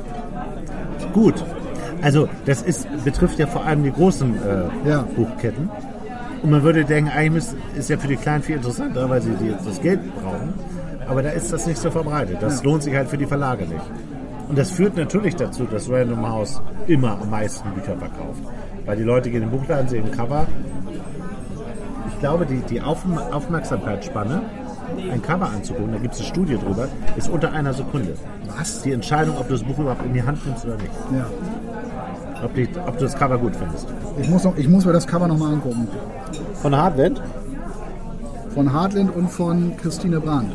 Gut. Also das ist, betrifft ja vor allem die großen äh, Ja. Buchketten. Und man würde denken, eigentlich müsst- ist ja für die Kleinen viel interessanter, weil sie die, das Geld brauchen. Aber da ist das nicht so verbreitet. Das lohnt sich halt für die Verlage nicht. Und das führt natürlich dazu, dass Random House immer am meisten Bücher verkauft. Weil die Leute gehen in den Buchladen, sehen ein Cover. Ich glaube, die, die Auf Aufmerksamkeitsspanne, ein Cover anzugucken, da gibt es eine Studie drüber, ist unter einer Sekunde. Was? Die Entscheidung, ob du das Buch überhaupt in die Hand nimmst oder nicht. ja. Ob, die, ob du das Cover gut findest. Ich muss, noch, ich muss mir das Cover nochmal angucken. Von Hardland? Von Hartland und von Christine Brandt.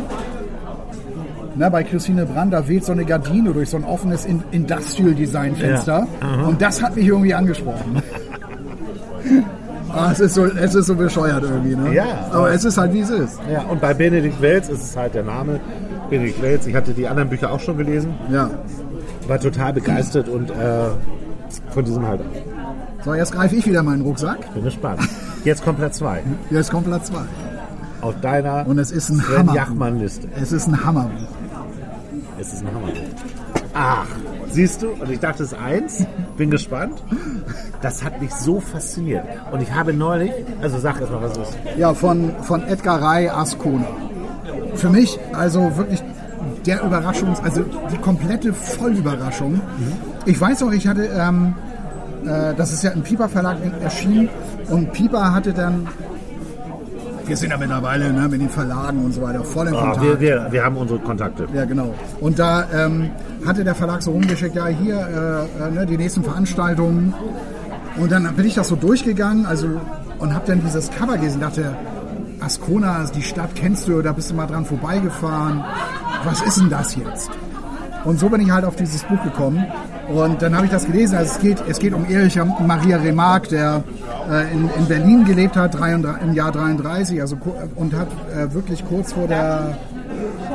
Na, bei Christine Brandt, da weht so eine Gardine durch so ein offenes In- Industrial-Design-Fenster. Ja. Aha. Und das hat mich irgendwie angesprochen. Ah, es, ist so, es ist so bescheuert irgendwie, ne? Ja, Aber aber- es ist halt, wie es ist. Ja, und bei Benedict Wells ist es halt der Name. Benedict Wells, ich hatte die anderen Bücher auch schon gelesen, Ja. war total begeistert und äh, von diesem halt So, jetzt greife ich wieder meinen Rucksack. bin gespannt. Jetzt kommt Platz zwei Jetzt kommt Platz zwei. auf deiner Und es ist ein Sven Hammer. Jachmann-Liste. Es ist ein Hammer. Es ist ein Hammer. Ach, siehst du? Und ich dachte, es ist eins. Bin gespannt. Das hat mich so fasziniert. Und ich habe neulich, also sag erst mal, was es ist. Ja, von, von Edgar Ray Ascona. Für mich also wirklich der Überraschung, also die komplette Vollüberraschung. Ich weiß auch, ich hatte, ähm, äh, das ist ja im Piper Verlag erschienen und Piper hatte dann, wir sind ja mittlerweile ne, mit den Verlagen und so weiter voll in Oh, Kontakt. wir, wir, wir haben unsere Kontakte. Ja, genau. Und da ähm, hatte der Verlag so rumgeschickt, ja, hier äh, äh, ne, die nächsten Veranstaltungen. Und dann bin ich das so durchgegangen, also und habe dann dieses Cover gelesen, dachte, Ascona, die Stadt kennst du, da bist du mal dran vorbeigefahren. Was ist denn das jetzt? Und so bin ich halt auf dieses Buch gekommen. Und dann habe ich das gelesen. Also es geht, es geht um Erich Maria Remarque, der äh, in, in Berlin gelebt hat, dreiunddreißig, im Jahr dreiunddreißig, also ku- und hat äh, wirklich kurz vor der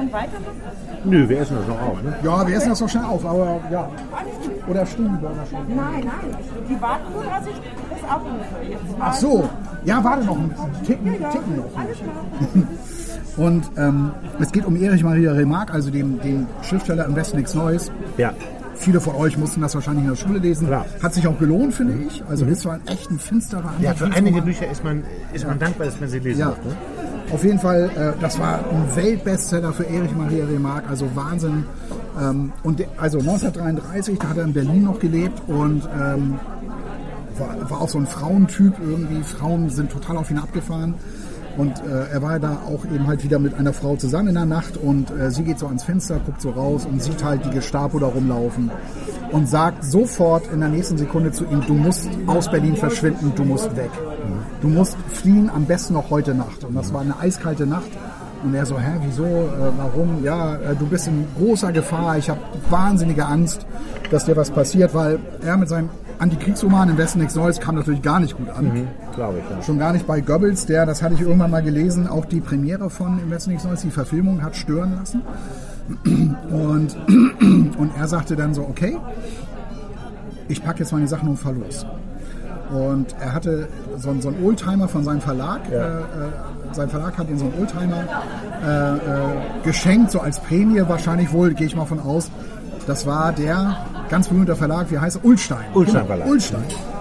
dann weitermachen? Nö, wir essen das noch auf, ne? Ja, wir essen das so schnell auf, aber ja. Oder Stubenburger schon. Nein, nein. Die warten nur, dass ich das abrufe. Jetzt Ach so. Ja, warte noch ein Ticken, Ticken noch. Alles klar. Und ähm, es geht um Erich Maria Remarque, also dem, dem Schriftsteller Am besten nichts Neues. Ja. Viele von euch mussten das wahrscheinlich in der Schule lesen. Klar. Hat sich auch gelohnt, finde ich. Also ist zwar ein echt ein finsterer Ja, für einige Antikriegsroman. Bücher ist man, ist man dankbar, dass man sie lesen Ja. darf, ne? Auf jeden Fall, äh, das war ein Weltbestseller für Erich Maria Remarque, also Wahnsinn. Ähm, und de, also neunzehnhundertdreiunddreißig, da hat er in Berlin noch gelebt und ähm, war, war auch so ein Frauentyp irgendwie. Frauen sind total auf ihn abgefahren. Und äh, er war da auch eben halt wieder mit einer Frau zusammen in der Nacht und äh, sie geht so ans Fenster, guckt so raus und sieht halt die Gestapo da rumlaufen und sagt sofort in der nächsten Sekunde zu ihm, du musst aus Berlin verschwinden, du musst weg. Du musst fliehen, am besten noch heute Nacht. Und das war eine eiskalte Nacht. Und er so, hä, wieso, äh, warum? Ja, äh, du bist in großer Gefahr, ich habe wahnsinnige Angst, dass dir was passiert, weil er mit seinem Antikriegsroman Im Westen nichts Neues kam natürlich gar nicht gut an. Mhm, glaube ich, ja. Schon gar nicht bei Goebbels, der, das hatte ich irgendwann mal gelesen, auch die Premiere von Im Westen nichts Neues, die Verfilmung hat stören lassen. Und, und er sagte dann so, okay, ich packe jetzt meine Sachen und fahr los. Und er hatte so, so einen Oldtimer von seinem Verlag. Ja. Äh, sein Verlag hat ihm so einen Oldtimer äh, äh, geschenkt, so als Prämie wahrscheinlich wohl, gehe ich mal von aus. Das war der ganz berühmte Verlag, wie heißt er? Ullstein. Ullstein Verlag. Ullstein.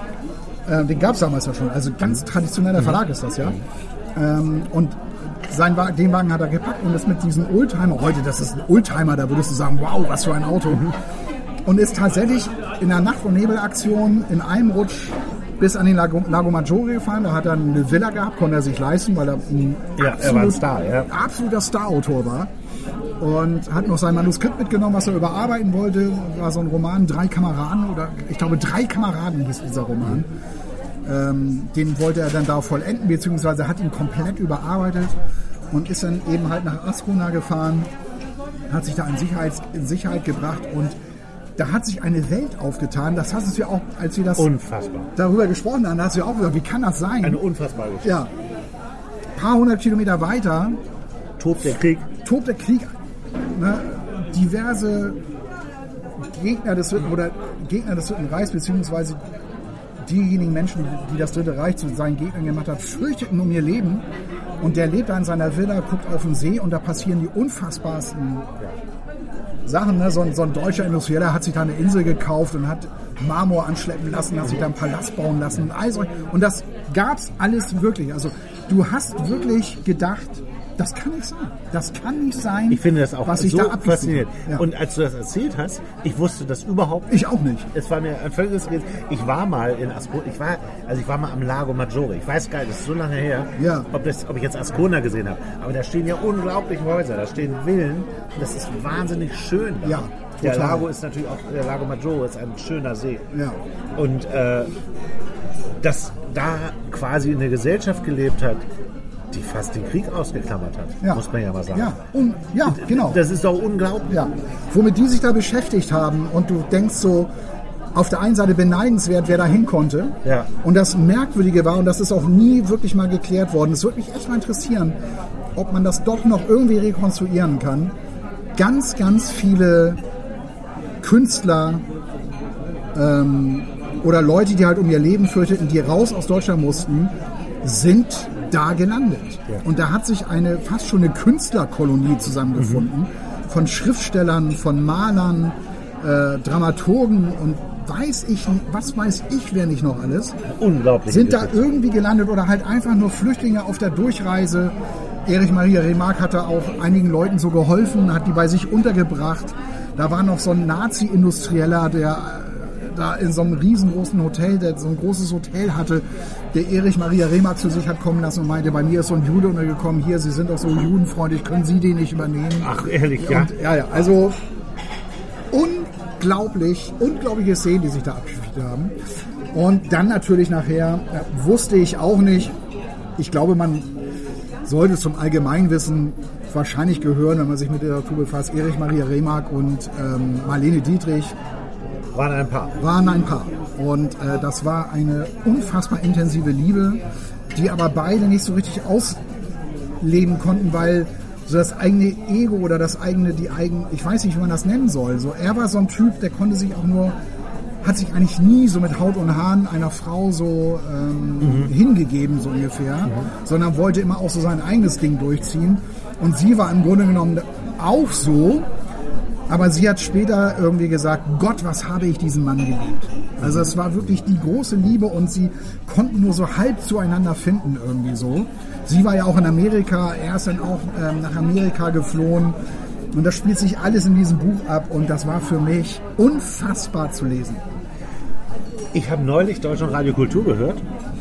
Äh, den gab es damals ja schon. Also ganz traditioneller Verlag ist das, ja. Ähm, und sein Wagen, den Wagen hat er gepackt und ist mit diesem Oldtimer, heute, das ist ein Oldtimer, da würdest du sagen, wow, was für ein Auto. Und ist tatsächlich in der Nacht- und Nebelaktion in einem Rutsch bis an den Lago, Lago Maggiore gefahren. Da hat er eine Villa gehabt, konnte er sich leisten, weil er ein, ja, absolut, er war ein Star, ja. absoluter Starautor war. Und hat noch sein Manuskript mitgenommen, was er überarbeiten wollte. War so ein Roman, Drei Kameraden, oder ich glaube, Drei Kameraden hieß dieser Roman. Ähm, den wollte er dann da vollenden, beziehungsweise hat ihn komplett überarbeitet und ist dann eben halt nach Ascona gefahren, hat sich da in Sicherheit, in Sicherheit gebracht und da hat sich eine Welt aufgetan. Das hast du ja auch, als wir das Unfassbar. darüber gesprochen haben, da hast du ja auch gesagt, wie kann das sein? Eine unfassbare Geschichte. Ja. Ein paar hundert Kilometer weiter tobt der Krieg. Tobt der Krieg. Ne? Diverse Gegner des Dritten oder Gegner des Dritten Reichs, beziehungsweise diejenigen Menschen, die das Dritte Reich zu seinen Gegnern gemacht haben, fürchteten um ihr Leben. Und der lebt da in seiner Villa, guckt auf den See und da passieren die unfassbarsten Sachen. Ne? So, ein, so ein deutscher Industrieller hat sich da eine Insel gekauft und hat Marmor anschleppen lassen, hat sich da einen Palast bauen lassen. Und, all so. Und das gab's alles wirklich. Also du hast wirklich gedacht, das kann nicht sein. Das kann nicht sein, ich finde das auch was sich so da faszinierend. Ja. Und als du das erzählt hast, ich wusste das überhaupt nicht. Ich auch nicht. Es war mir ein völliges Rätsel. Ich war mal in Ascona, ich war, also ich war mal am Lago Maggiore. Ich weiß gar nicht, das ist so lange her, Ja. ob, das, ob ich jetzt Ascona gesehen habe. Aber da stehen ja unglaubliche Häuser, da stehen Villen. Und das ist wahnsinnig schön da. Ja, der total. Lago ist natürlich auch, der Lago Maggiore ist ein schöner See. Ja. Und äh, dass da quasi eine Gesellschaft gelebt hat, die fast den Krieg ausgeklammert hat, Ja. muss man ja mal sagen. Ja, und, ja genau. Das ist doch unglaublich. Ja. Womit die sich da beschäftigt haben und du denkst so, auf der einen Seite beneidenswert, wer da hin konnte. Ja. Und das Merkwürdige war, und das ist auch nie wirklich mal geklärt worden, es würde mich echt mal interessieren, ob man das doch noch irgendwie rekonstruieren kann. Ganz, ganz viele Künstler ähm, oder Leute, die halt um ihr Leben fürchteten, die raus aus Deutschland mussten, sind da gelandet. Ja. Und da hat sich eine fast schon eine Künstlerkolonie zusammengefunden, mhm. von Schriftstellern, von Malern, äh, Dramaturgen und weiß ich, was weiß ich, wer nicht noch alles, Unglaublich. sind da irgendwie gelandet oder halt einfach nur Flüchtlinge auf der Durchreise. Erich Maria Remarque hat da auch einigen Leuten so geholfen, hat die bei sich untergebracht. Da war noch so ein Nazi-Industrieller, der da in so einem riesengroßen Hotel, der so ein großes Hotel hatte, der Erich Maria Remarque zu sich hat kommen lassen und meinte, bei mir ist so ein Jude untergekommen, hier, Sie sind doch so judenfreundlich, können Sie den nicht übernehmen? Ach, ehrlich, ja? Und, ja, ja, also unglaublich, unglaubliche Szenen, die sich da abgespielt haben. Und dann natürlich nachher, ja, wusste ich auch nicht, ich glaube, man sollte zum Allgemeinwissen wahrscheinlich gehören, wenn man sich mit der Literatur befasst, Erich Maria Remarque und ähm, Marlene Dietrich waren ein Paar. Waren ein Paar. Und äh, das war eine unfassbar intensive Liebe, die aber beide nicht so richtig ausleben konnten, weil so das eigene Ego oder das eigene, die eigene, ich weiß nicht, wie man das nennen soll. So, er war so ein Typ, der konnte sich auch nur, hat sich eigentlich nie so mit Haut und Haaren einer Frau so ähm, mhm. hingegeben, so ungefähr, mhm. sondern wollte immer auch so sein eigenes Ding durchziehen. Und sie war im Grunde genommen auch so, aber sie hat später irgendwie gesagt, Gott, was habe ich diesen Mann geliebt. Also es war wirklich die große Liebe und sie konnten nur so halb zueinander finden irgendwie so. Sie war ja auch in Amerika, er ist dann auch ähm, nach Amerika geflohen und das spielt sich alles in diesem Buch ab und das war für mich unfassbar zu lesen. Ich habe neulich Deutschlandradio Kultur gehört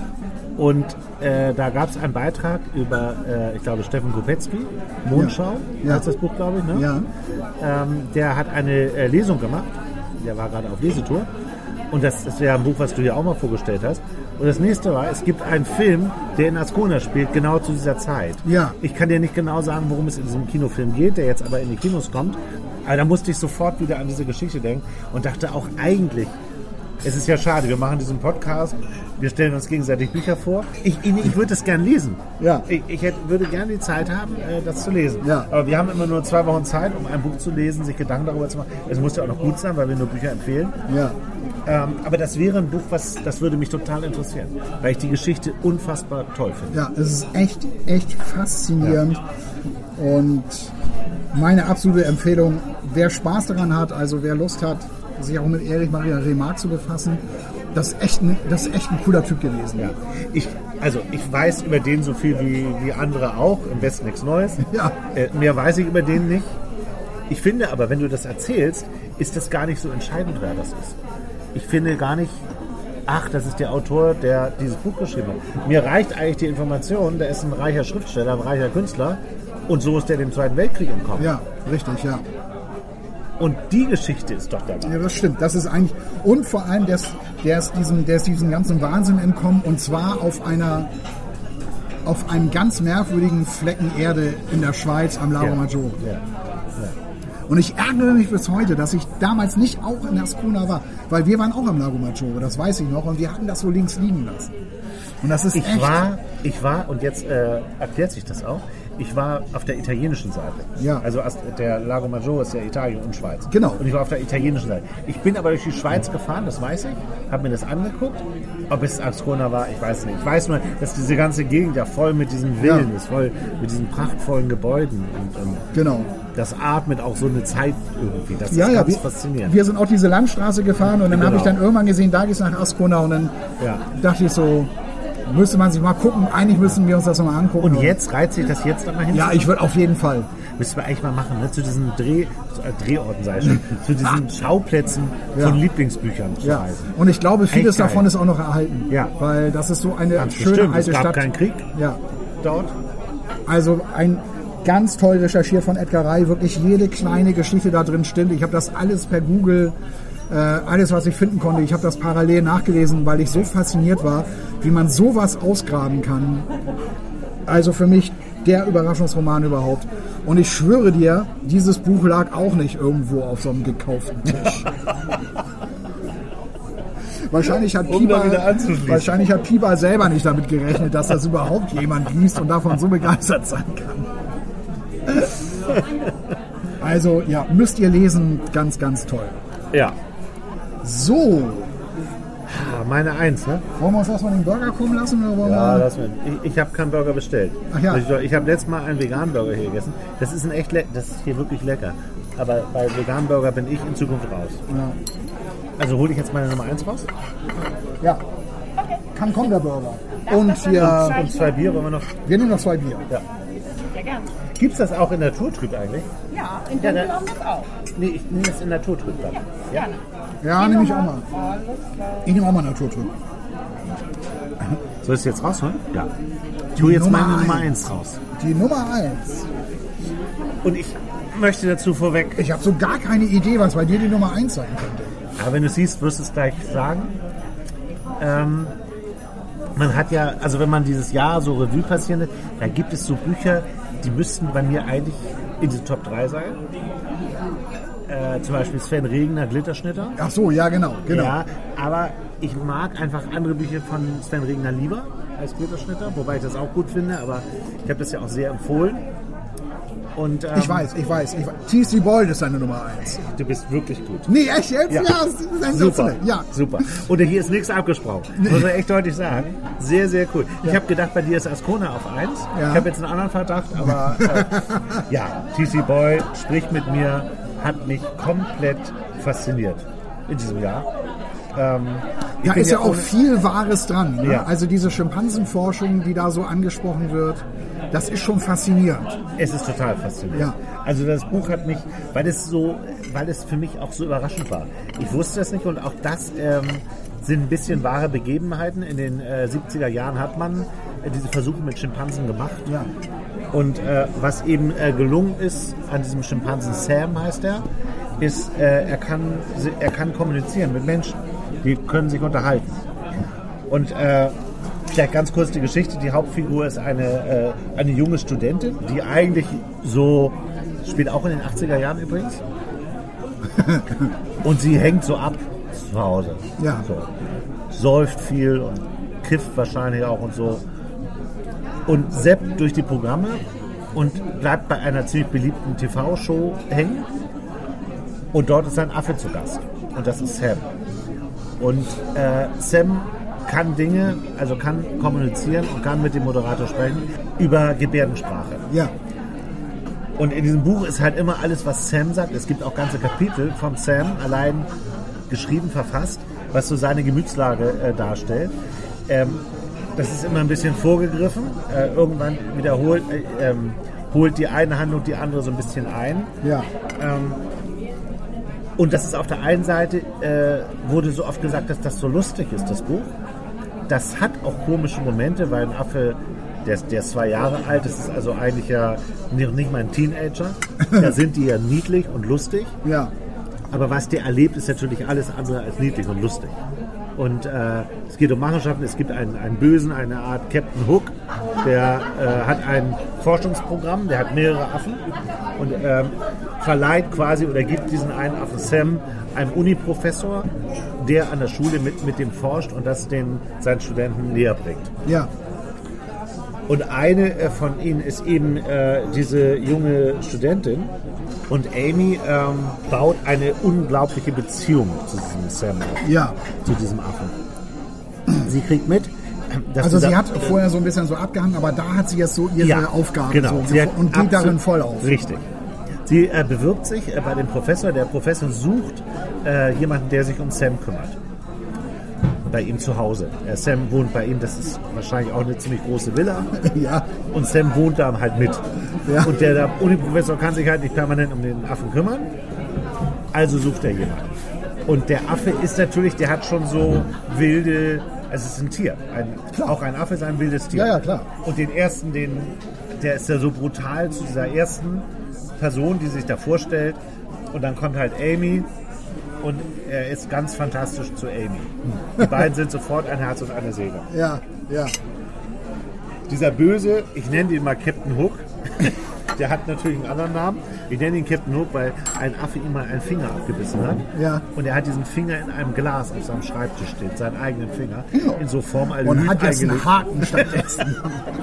und äh, da gab es einen Beitrag über, äh, ich glaube, Steffen Kopetzky, Mondschau, ja. heißt das Buch, glaube ich. Ne? Ja. Ähm, der hat eine äh, Lesung gemacht, der war gerade auf Lesetour und das ist ja ein Buch, was du hier auch mal vorgestellt hast. Und das nächste war, es gibt einen Film, der in Ascona spielt, genau zu dieser Zeit. Ja. Ich kann dir nicht genau sagen, worum es in diesem Kinofilm geht, der jetzt aber in die Kinos kommt. Aber da musste ich sofort wieder an diese Geschichte denken und dachte auch eigentlich, es ist ja schade, wir machen diesen Podcast, wir stellen uns gegenseitig Bücher vor. Ich, ich, ich würde das gern lesen. Ja. Ich, ich hätte, würde gerne die Zeit haben, das zu lesen. Ja. Aber wir haben immer nur zwei Wochen Zeit, um ein Buch zu lesen, sich Gedanken darüber zu machen. Es muss ja auch noch gut sein, weil wir nur Bücher empfehlen. Ja. Ähm, aber das wäre ein Buch, was, das würde mich total interessieren, weil ich die Geschichte unfassbar toll finde. Ja, es ist echt, echt faszinierend. Ja. Und meine absolute Empfehlung, wer Spaß daran hat, also wer Lust hat, sich auch mit Erich Maria Remarque zu befassen, das ist echt ein, das ist echt ein cooler Typ gewesen. Ja. Ich, also ich weiß über den so viel wie, wie andere auch, im Westen nichts Neues. Ja. Äh, mehr weiß ich über den nicht. Ich finde aber, wenn du das erzählst, ist das gar nicht so entscheidend, wer das ist. Ich finde gar nicht, ach, das ist der Autor, der dieses Buch geschrieben hat. Mir reicht eigentlich die Information, der ist ein reicher Schriftsteller, ein reicher Künstler und so ist der dem Zweiten Weltkrieg entkommen. Ja, richtig, ja. Und die Geschichte ist doch dabei. Ja, das stimmt. Das ist eigentlich, und vor allem, der ist, der ist, diesem, der ist diesem ganzen Wahnsinn entkommen und zwar auf einer, auf einem ganz merkwürdigen Flecken Erde in der Schweiz am Lago Ja. Maggiore. Ja. Ja. Und ich ärgere mich bis heute, dass ich damals nicht auch in Ascona war, weil wir waren auch am Lago Maggiore, das weiß ich noch, und wir hatten das so links liegen lassen. Und das ist Ich echt... war, ich war, und jetzt äh, erklärt sich das auch, ich war auf der italienischen Seite. Ja. Also der Lago Maggiore ist ja Italien und Schweiz. Genau. Und ich war auf der italienischen Seite. Ich bin aber durch die Schweiz gefahren, das weiß ich, habe mir das angeguckt. Ob es Ascona war, ich weiß nicht. Ich weiß nur, dass diese ganze Gegend ja voll mit diesen Villen Ja. ist, voll mit diesen prachtvollen Gebäuden. Und, und Genau. das atmet auch so eine Zeit irgendwie. Das Ja, ist ja, ganz wir, faszinierend. wir sind auch diese Landstraße gefahren und dann Genau. habe ich dann irgendwann gesehen, da geht's nach Ascona und dann Ja. dachte ich so, müsste man sich mal gucken, eigentlich müssen wir uns das nochmal angucken. Und jetzt reizt sich das jetzt nochmal hin? Ja, ich würde auf jeden Fall. Müssen wir eigentlich mal machen, ne? Zu diesen Dreh, zu, äh, Drehorten, sei ich schon, zu diesen Schauplätzen Ja. von Lieblingsbüchern zu Ja. reisen. Und ich glaube, vieles Echt geil. davon ist auch noch erhalten. Ja. Weil das ist so eine Ganz schöne bestimmt, alte es gab Stadt. keinen Krieg Ja. dort. Also ein ganz toll recherchiert von Edgar Rey. Wirklich jede kleine Geschichte da drin stimmt. Ich habe das alles per Google, äh, alles was ich finden konnte, ich habe das parallel nachgelesen, weil ich so fasziniert war, wie man sowas ausgraben kann. Also für mich der Überraschungsroman überhaupt. Und ich schwöre dir, dieses Buch lag auch nicht irgendwo auf so einem gekauften Tisch. Wahrscheinlich hat, Um da Piba, wieder anzuschließen. wahrscheinlich hat Piba selber nicht damit gerechnet, dass das überhaupt jemand liest und davon so begeistert sein kann. Also ja, müsst ihr lesen, ganz, ganz toll. Ja. So, Ah, meine Eins, ne? wollen wir uns erstmal den Burger kommen lassen? Oder wollen Ja, wir... das mit. Ich, ich habe keinen Burger bestellt. Ach ja. Ich, ich habe letztes Mal einen veganen Burger hier gegessen. Das ist ein echt le- das ist hier wirklich lecker. Aber bei veganen Burger bin ich in Zukunft raus. Ja. Also hole ich jetzt meine Nummer eins raus. ja. Kann kommen, der Burger. Und wir, Und zwei Bier wollen wir noch. wir nehmen noch zwei Bier. Ja. Sehr gerne. Gibt's das auch in Naturtrüb eigentlich? Ja, in Ja, Dunkel da- haben wir es auch. Nee, ich nehme das in Naturtrüb dann. Ja? Gerne. Ja, nehme ich auch mal. Alles klar. Ich nehme auch mal Naturtrüb. Soll ich es jetzt rausholen? Ja. Ich hole jetzt Nummer meine Nummer eins. eins raus. Die Nummer eins. Und ich möchte dazu vorweg, Ich habe so gar keine Idee, was bei dir die Nummer eins sein könnte. aber wenn du siehst, wirst du es gleich sagen. Ähm, man hat ja, also wenn man dieses Jahr so Revue passieren lässt, da gibt es so Bücher, die müssten bei mir eigentlich in die Top drei sein. Äh, zum Beispiel Sven Regner, Glitterschnitter. Ach so, ja, genau. genau. Ja, aber ich mag einfach andere Bücher von Sven Regner lieber als Glitterschnitter, wobei ich das auch gut finde, aber ich habe das ja auch sehr empfohlen. Und, ähm, Ich weiß, ich weiß. Ich weiß. T C Boyle ist seine Nummer eins. Du bist wirklich gut. Nee, echt jetzt? Ja. Ja, das ist Super, sensationell. Ja. super. Und hier ist nichts abgesprochen. Muss man echt deutlich sagen. Sehr, sehr cool. Ich Ja. habe gedacht, bei dir ist Ascona auf eins. Ja. Ich habe jetzt einen anderen Verdacht, aber äh, ja, T C Boyle spricht mit mir, hat mich komplett fasziniert in diesem Jahr. Ähm, ich Da bin ist ja auch ohne- viel Wahres dran. Ne? Ja. Also diese Schimpansenforschung, die da so angesprochen wird, das ist schon faszinierend. Es ist total faszinierend. Ja. Also das Buch hat mich, weil es so, weil es für mich auch so überraschend war. Ich wusste es nicht und auch das ähm, sind ein bisschen wahre Begebenheiten. In den äh, siebziger Jahren hat man äh, diese Versuche mit Schimpansen gemacht. Ja. Und äh, was eben äh, gelungen ist an diesem Schimpansen, Sam heißt er, ist, äh, er, kann, er kann kommunizieren mit Menschen. Die können sich unterhalten. Und äh, vielleicht ganz kurz die Geschichte. Die Hauptfigur ist eine, äh, eine junge Studentin, die eigentlich so, spielt auch in den achtziger Jahren übrigens. Und sie hängt so ab zu Hause. Ja. So. Säuft viel und kifft wahrscheinlich auch und so. Und seppt durch die Programme und bleibt bei einer ziemlich beliebten T V-Show hängen. Und dort ist ein Affe zu Gast. Und das ist Sam. Und äh, Sam kann Dinge, also kann kommunizieren und kann mit dem Moderator sprechen über Gebärdensprache. Ja. Und in diesem Buch ist halt immer alles, was Sam sagt. Es gibt auch ganze Kapitel von Sam allein geschrieben, verfasst, was so seine Gemütslage äh, darstellt. Ähm, das ist immer ein bisschen vorgegriffen. Äh, irgendwann wiederholt äh, ähm, holt die eine Handlung die andere so ein bisschen ein. Ja. Ähm, und das ist auf der einen Seite, äh, wurde so oft gesagt, dass das so lustig ist, das Buch. Das hat auch komische Momente, weil ein Affe, der, der ist zwei Jahre alt, das ist also eigentlich ja nicht mal ein Teenager. Da sind die ja niedlich und lustig. Ja. Aber was der erlebt, ist natürlich alles andere als niedlich und lustig. Und äh, es geht um Machenschaften. Es gibt einen, einen Bösen, eine Art Captain Hook, der äh, hat ein Forschungsprogramm, der hat mehrere Affen und ähm, verleiht quasi oder gibt diesen einen Affen Sam einem Uni-Professor, der an der Schule mit, mit dem forscht und das den seinen Studenten näher bringt. Ja. Und eine äh, von ihnen ist eben äh, diese junge Studentin. Und Amy ähm, baut eine unglaubliche Beziehung zu diesem Sam auf, Ja. zu diesem Affen. Sie kriegt mit, dass Also dieser, sie hat vorher so ein bisschen so abgehangen, aber da hat sie jetzt so ihre ja, Aufgabe genau. so Sie hat und geht absolut- darin voll auf. Richtig. Sie äh, bewirbt sich äh, bei dem Professor. Der Professor sucht äh, jemanden, der sich um Sam kümmert. Bei ihm zu Hause. Äh, Sam wohnt bei ihm, das ist wahrscheinlich auch eine ziemlich große Villa. Ja. Und Sam wohnt da halt mit. Ja. Und der, der Uni-Professor kann sich halt nicht permanent um den Affen kümmern. Also sucht er jemanden. Und der Affe ist natürlich, der hat schon so wilde, also es ist ein Tier. Ein, auch ein Affe ist ein wildes Tier. Ja, ja, klar. Und den ersten, den, der ist ja so brutal zu dieser ersten Person, die sich da vorstellt. Und dann kommt halt Amy und er ist ganz fantastisch zu Amy. Die beiden sind sofort ein Herz und eine Seele. Ja, ja. Dieser Böse, ich nenne ihn mal Captain Hook, der hat natürlich einen anderen Namen. Ich nenne ihn Captain Hook, weil ein Affe ihm mal einen Finger abgebissen hat. Ja. Und er hat diesen Finger in einem Glas auf seinem Schreibtisch stehen, seinen eigenen Finger, in so Formaldehyd Und hat jetzt einen eingelegt. Haken stattdessen.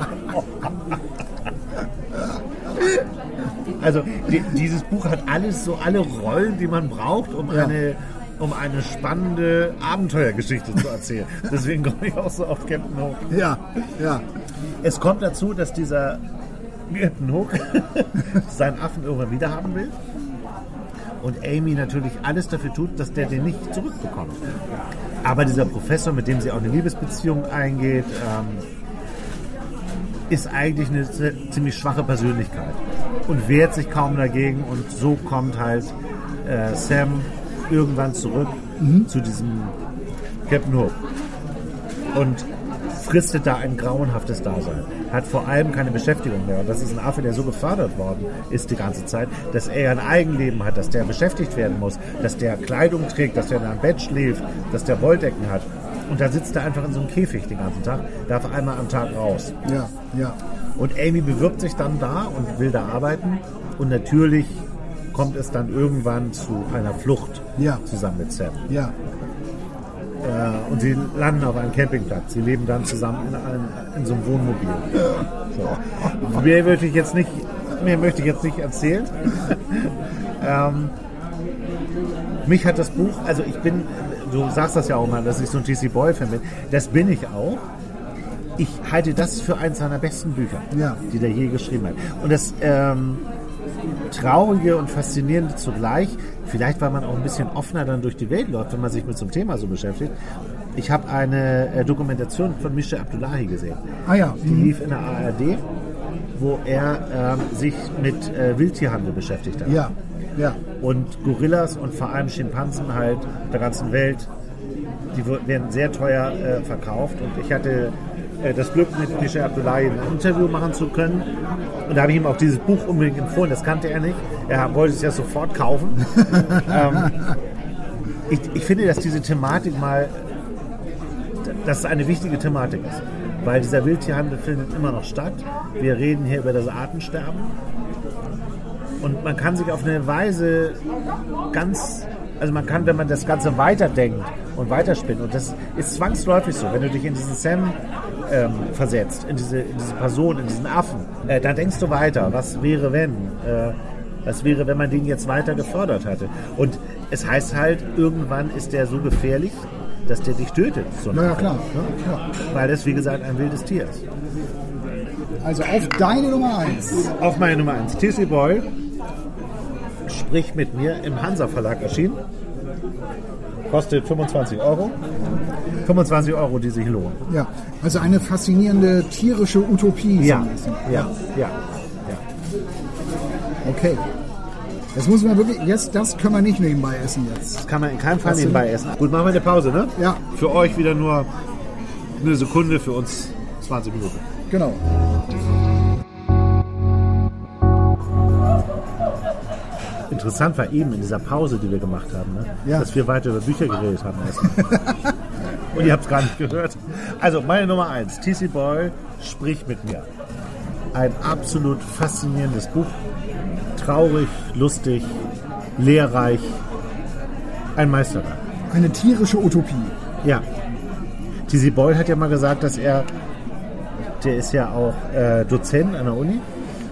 Also die, dieses Buch hat alles, so alle Rollen, die man braucht, um Ja. eine um eine spannende Abenteuergeschichte zu erzählen. Deswegen komme ich auch so auf Captain Hook. Ja, ja. Es kommt dazu, dass dieser Captain Hook seinen Affen irgendwann wieder haben will. Und Amy natürlich alles dafür tut, dass der den nicht zurückbekommt. Aber dieser Professor, mit dem sie auch eine Liebesbeziehung eingeht, ähm, ist eigentlich eine ziemlich schwache Persönlichkeit und wehrt sich kaum dagegen. Und so kommt halt äh, Sam irgendwann zurück mhm. zu diesem Captain Hook und fristet da ein grauenhaftes Dasein. Hat vor allem keine Beschäftigung mehr. Und das ist ein Affe, der so gefördert worden ist die ganze Zeit, dass er ein Eigenleben hat, dass der beschäftigt werden muss, dass der Kleidung trägt, dass der in einem Bett schläft, dass der Wolldecken hat. Und da sitzt er einfach in so einem Käfig den ganzen Tag, darf einmal am Tag raus. Ja, ja. Und Amy bewirbt sich dann da und will da arbeiten. Und natürlich kommt es dann irgendwann zu einer Flucht Ja. zusammen mit Sam. Ja. Äh, und sie landen auf einem Campingplatz. Sie leben dann zusammen in, einem, in so einem Wohnmobil. So. Mehr würde ich jetzt nicht mehr möchte ich jetzt nicht erzählen. ähm, mich hat das Buch, also ich bin, du sagst das ja auch mal, dass ich so ein T C Boyle-Fan bin. Das bin ich auch. Ich halte das für eines seiner besten Bücher, ja. die der je geschrieben hat. Und das ähm, Traurige und Faszinierende zugleich, vielleicht weil man auch ein bisschen offener dann durch die Welt läuft, wenn man sich mit so einem Thema so beschäftigt. Ich habe eine äh, Dokumentation von Misha Abdullahi gesehen. Ah ja. Die Mhm. lief in der A R D, wo er ähm, sich mit äh, Wildtierhandel beschäftigt hat. Ja, ja. Und Gorillas und vor allem Schimpansen halt der ganzen Welt, die werden sehr teuer äh, verkauft. Und ich hatte äh, das Glück, mit Misha Abdullahi ein Interview machen zu können. Und da habe ich ihm auch dieses Buch unbedingt empfohlen. Das kannte er nicht. Er wollte es ja sofort kaufen. ähm, ich, ich finde, dass diese Thematik mal, dass es eine wichtige Thematik ist. Weil dieser Wildtierhandel findet immer noch statt. Wir reden hier über das Artensterben. Und man kann sich auf eine Weise ganz, also man kann, wenn man das Ganze weiterdenkt und weiterspinnt, und das ist zwangsläufig so, wenn du dich in diesen Sam ähm, versetzt, in diese, in diese Person, in diesen Affen, äh, dann denkst du weiter, was wäre wenn, äh, was wäre, wenn man den jetzt weiter gefördert hatte. Und es heißt halt, irgendwann ist der so gefährlich, dass der dich tötet. So ja, ja, klar. Ne? Ja. Weil das, wie gesagt, ein wildes Tier ist. Also auf deine Nummer eins. Auf meine Nummer eins. T C Boyle, Sprich mit mir, im Hansa Verlag erschienen. Kostet fünfundzwanzig Euro. fünfundzwanzig Euro, die sich lohnen. Ja, also eine faszinierende tierische Utopie. Ja, so ein bisschen. ja, ja, ja. Okay. Das muss man wirklich, jetzt, das können wir nicht nebenbei essen jetzt. Das kann man in keinem Fall Das nebenbei essen. Gut, machen wir eine Pause, ne? Ja. Für euch wieder nur eine Sekunde, für uns zwanzig Minuten. Genau. Interessant war eben in dieser Pause, die wir gemacht haben, ne? Ja. Dass wir weiter über Bücher geredet haben. Und ihr habt es gar nicht gehört. Also meine Nummer eins, T C Boyle, Sprich mit mir. Ein absolut faszinierendes Buch. Traurig, lustig, lehrreich. Ein Meisterwerk. Eine tierische Utopie. Ja. T C Boyle hat ja mal gesagt, dass er, der ist ja auch äh, Dozent an der Uni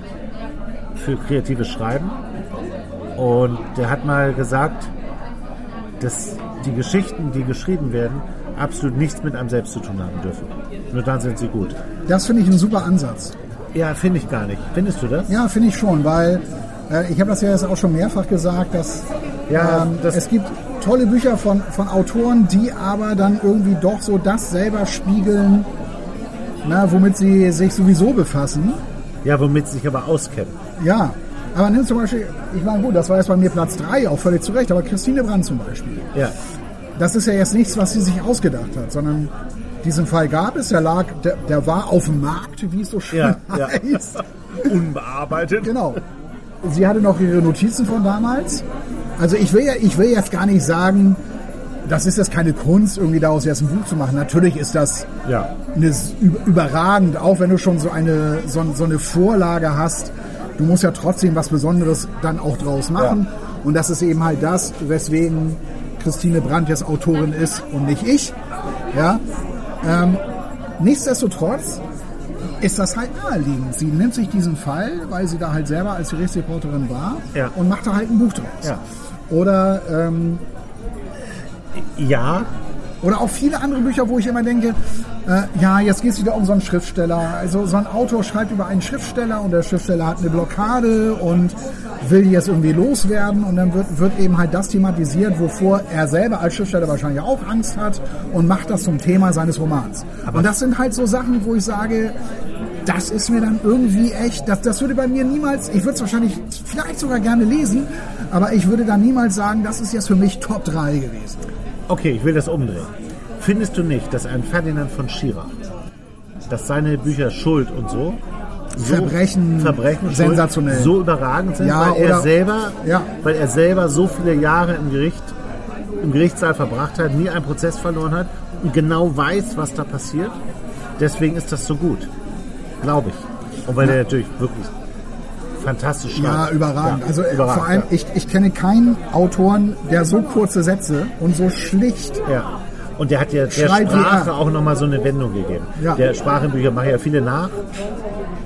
für kreatives Schreiben. Und der hat mal gesagt, dass die Geschichten, die geschrieben werden, absolut nichts mit einem selbst zu tun haben dürfen. Nur dann sind sie gut. Das finde ich ein super Ansatz. Ja, finde ich gar nicht. Findest du das? Ja, finde ich schon, weil äh, ich habe das ja jetzt auch schon mehrfach gesagt, dass Ja, ähm, das- es gibt tolle Bücher von, von Autoren, die aber dann irgendwie doch so das selber spiegeln, na, womit sie sich sowieso befassen. Ja, womit sie sich aber auskennen. Ja, aber nimm zum Beispiel, ich meine, gut, das war jetzt bei mir Platz drei, auch völlig zu Recht, aber Christine Brandt zum Beispiel. Ja. Das ist ja jetzt nichts, was sie sich ausgedacht hat, sondern diesen Fall gab es, der lag, der, der war auf dem Markt, wie es so schön Ja, ja. heißt. Unbearbeitet. Genau. Sie hatte noch ihre Notizen von damals. Also ich will, ja, ich will jetzt gar nicht sagen, das ist jetzt keine Kunst, irgendwie daraus jetzt ein Buch zu machen. Natürlich ist das Ja. eine, überragend, auch wenn du schon so eine, so, so eine Vorlage hast. Du musst ja trotzdem was Besonderes dann auch draus machen. Ja. Und das ist eben halt das, weswegen Christine Brandt jetzt Autorin ist und nicht ich. Ja. Ähm, nichtsdestotrotz ist das halt naheliegend. Sie nimmt sich diesen Fall, weil sie da halt selber als Gerichtsreporterin war, Ja. und macht da halt ein Buch draus. Ja. Oder, ähm, Ja. oder auch viele andere Bücher, wo ich immer denke, äh, ja, jetzt geht es wieder um so einen Schriftsteller. Also so ein Autor schreibt über einen Schriftsteller und der Schriftsteller hat eine Blockade und will die jetzt irgendwie loswerden, und dann wird, wird eben halt das thematisiert, wovor er selber als Schriftsteller wahrscheinlich auch Angst hat, und macht das zum Thema seines Romans. Aber und das sind halt so Sachen, wo ich sage, das ist mir dann irgendwie echt, das, das würde bei mir niemals, ich würde es wahrscheinlich vielleicht sogar gerne lesen, aber ich würde dann niemals sagen, das ist jetzt für mich Top drei gewesen. Okay, ich will das umdrehen. Findest du nicht, dass ein Ferdinand von Schirach, dass seine Bücher Schuld und so, so Verbrechen, Verbrechen sensationell. Schuld, so überragend sind, Ja, weil, er oder- selber, ja. weil er selber so viele Jahre im Gericht, im Gerichtssaal verbracht hat, nie einen Prozess verloren hat und genau weiß, was da passiert? Deswegen ist das so gut, glaube ich. Und weil er natürlich wirklich fantastisch schreibt. Ja, überragend. Ja, also äh, überragend, vor allem, ja. ich, ich kenne keinen Autoren, der so kurze Sätze und so schlicht. Ja. Und der hat ja der Schreibt wie Sprache er. auch nochmal so eine Wendung gegeben. Ja. Der Sprachenbücher machen ja viele nach.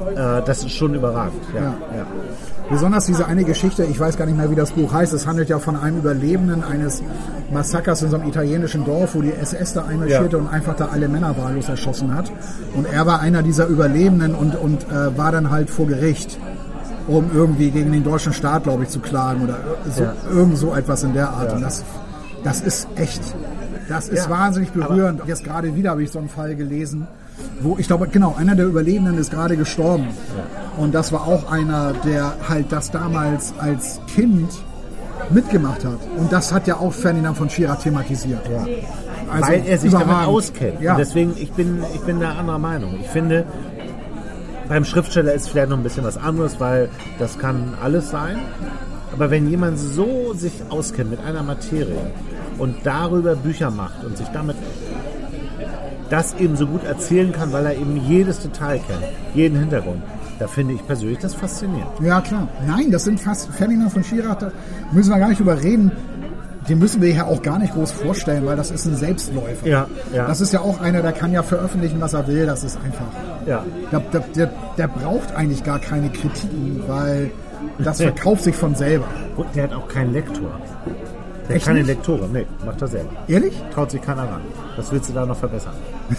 Äh, das ist schon überragend. Ja, Ja. ja. Besonders diese eine Geschichte, ich weiß gar nicht mehr, wie das Buch heißt, es handelt ja von einem Überlebenden eines Massakers in so einem italienischen Dorf, wo die S S da einmarschierte Ja. und einfach da alle Männer wahllos erschossen hat. Und er war einer dieser Überlebenden und, und äh, war dann halt vor Gericht, um irgendwie gegen den deutschen Staat, glaube ich, zu klagen oder so, Ja. irgend so etwas in der Art. Ja. Und das, das ist echt, das ist Ja, wahnsinnig berührend. Jetzt gerade wieder habe ich so einen Fall gelesen, wo, ich glaube, genau, einer der Überlebenden ist gerade gestorben. Und das war auch einer, der halt das damals als Kind mitgemacht hat. Und das hat ja auch Ferdinand von Schirach thematisiert. Ja. Also Weil er sich damit überragend. auskennt. Ja. Und deswegen, ich bin, ich bin da anderer Meinung. Ich finde, beim Schriftsteller ist vielleicht noch ein bisschen was anderes, weil das kann alles sein. Aber wenn jemand so sich auskennt mit einer Materie und darüber Bücher macht und sich damit das eben so gut erzählen kann, weil er eben jedes Detail kennt, jeden Hintergrund, da finde ich persönlich das faszinierend. Ja, klar. Nein, das sind fast Ferdinand von Schirach, da müssen wir gar nicht drüber reden. Den müssen wir ja auch gar nicht groß vorstellen, weil das ist ein Selbstläufer. Ja, ja. Das ist ja auch einer, der kann ja veröffentlichen, was er will. Das ist einfach. Ja. Der, der, der, der braucht eigentlich gar keine Kritiken, weil das verkauft sich von selber. Und der hat auch keinen Lektor. Der Echt hat keine nicht? Lektoren, nee, macht er selber. Ehrlich? Traut sich keiner ran. Was willst du da noch verbessern?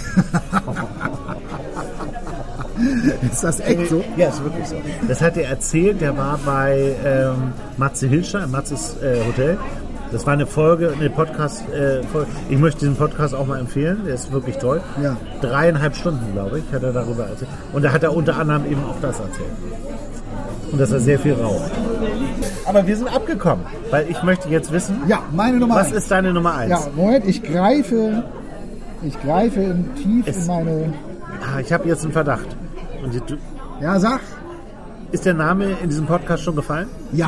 Ist das echt so? Ja, ist wirklich so. Das hat er erzählt, der war bei ähm, Matze Hilscher, im Matzes äh, Hotel. Das war eine Folge, eine Podcast, äh, Folge. Ich möchte diesen Podcast auch mal empfehlen, der ist wirklich toll. Ja. Dreieinhalb Stunden, glaube ich, hat er darüber erzählt. Und da hat er unter anderem eben auch das erzählt. Und dass er sehr viel raucht. Aber wir sind abgekommen, weil ich möchte jetzt wissen, Ja, meine Nummer was eins. ist deine Nummer eins? Ja, Moment, ich greife, ich greife in tief Es- in meine. Ah, ich habe jetzt einen Verdacht. Und du, Ja, sag. ist der Name in diesem Podcast schon gefallen? Ja,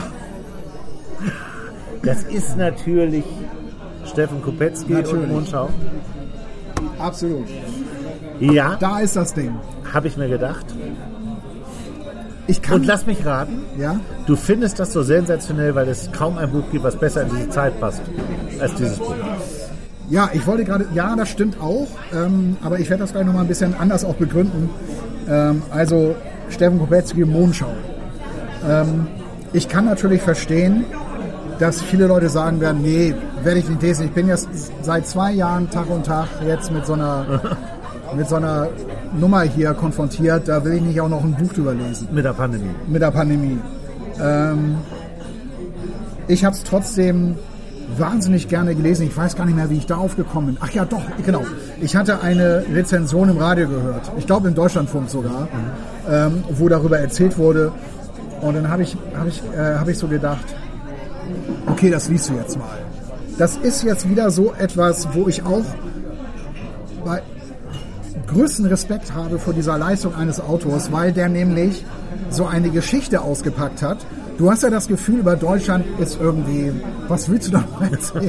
Das ist natürlich Steffen Kopetzky Natürlich. und Mondschau. absolut. Ja, Da ist das Ding. habe ich mir gedacht. Ich kann. Und lass mich raten, Ja. du findest das so sensationell, weil es kaum ein Buch gibt, was besser in diese Zeit passt als dieses Buch. Ja, ich wollte gerade, ja, das stimmt auch, ähm, aber ich werde das gleich nochmal ein bisschen anders auch begründen. Ähm, also Steffen Kopetzky, Mondschau. Ähm, ich kann natürlich verstehen, dass viele Leute sagen werden, nee, werde ich nicht lesen. Ich bin jetzt seit zwei Jahren Tag und Tag jetzt mit so einer, mit so einer Nummer hier konfrontiert, da will ich nicht auch noch ein Buch drüber lesen. Mit der Pandemie. Mit der Pandemie. Ähm, ich habe es trotzdem wahnsinnig gerne gelesen. Ich weiß gar nicht mehr, wie ich darauf gekommen bin. Ach ja, doch, genau. Ich hatte eine Rezension im Radio gehört. Ich glaube im Deutschlandfunk sogar, ähm, wo darüber erzählt wurde. Und dann habe ich, hab ich, äh, hab ich so gedacht, okay, das liest du jetzt mal. Das ist jetzt wieder so etwas, wo ich auch bei größten Respekt habe vor dieser Leistung eines Autors, weil der nämlich so eine Geschichte ausgepackt hat. Du hast ja das Gefühl, über Deutschland ist irgendwie, was willst du da noch erzählen?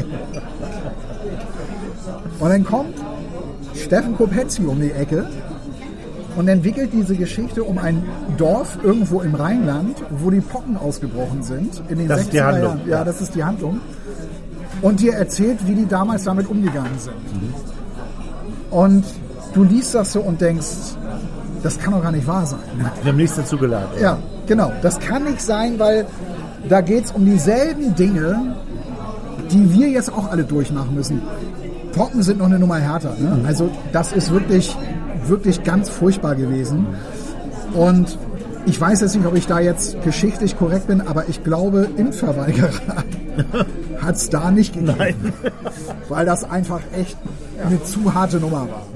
Und dann kommt Steffen Kopetzky um die Ecke und entwickelt diese Geschichte um ein Dorf irgendwo im Rheinland, wo die Pocken ausgebrochen sind. In den Das ist die sechziger Handlung. Jahren. Ja, das ist die Handlung. Und dir erzählt, wie die damals damit umgegangen sind. Und du liest das so und denkst, das kann doch gar nicht wahr sein. Wir haben nichts dazu geladen. Ja, genau. Das kann nicht sein, weil da geht es um dieselben Dinge, die wir jetzt auch alle durchmachen müssen. Pocken sind noch eine Nummer härter. Ne? Also das ist wirklich, wirklich ganz furchtbar gewesen. Und ich weiß jetzt nicht, ob ich da jetzt geschichtlich korrekt bin, aber ich glaube, Impfverweigerer hat es da nicht gegeben. Nein. Weil das einfach echt eine zu harte Nummer war.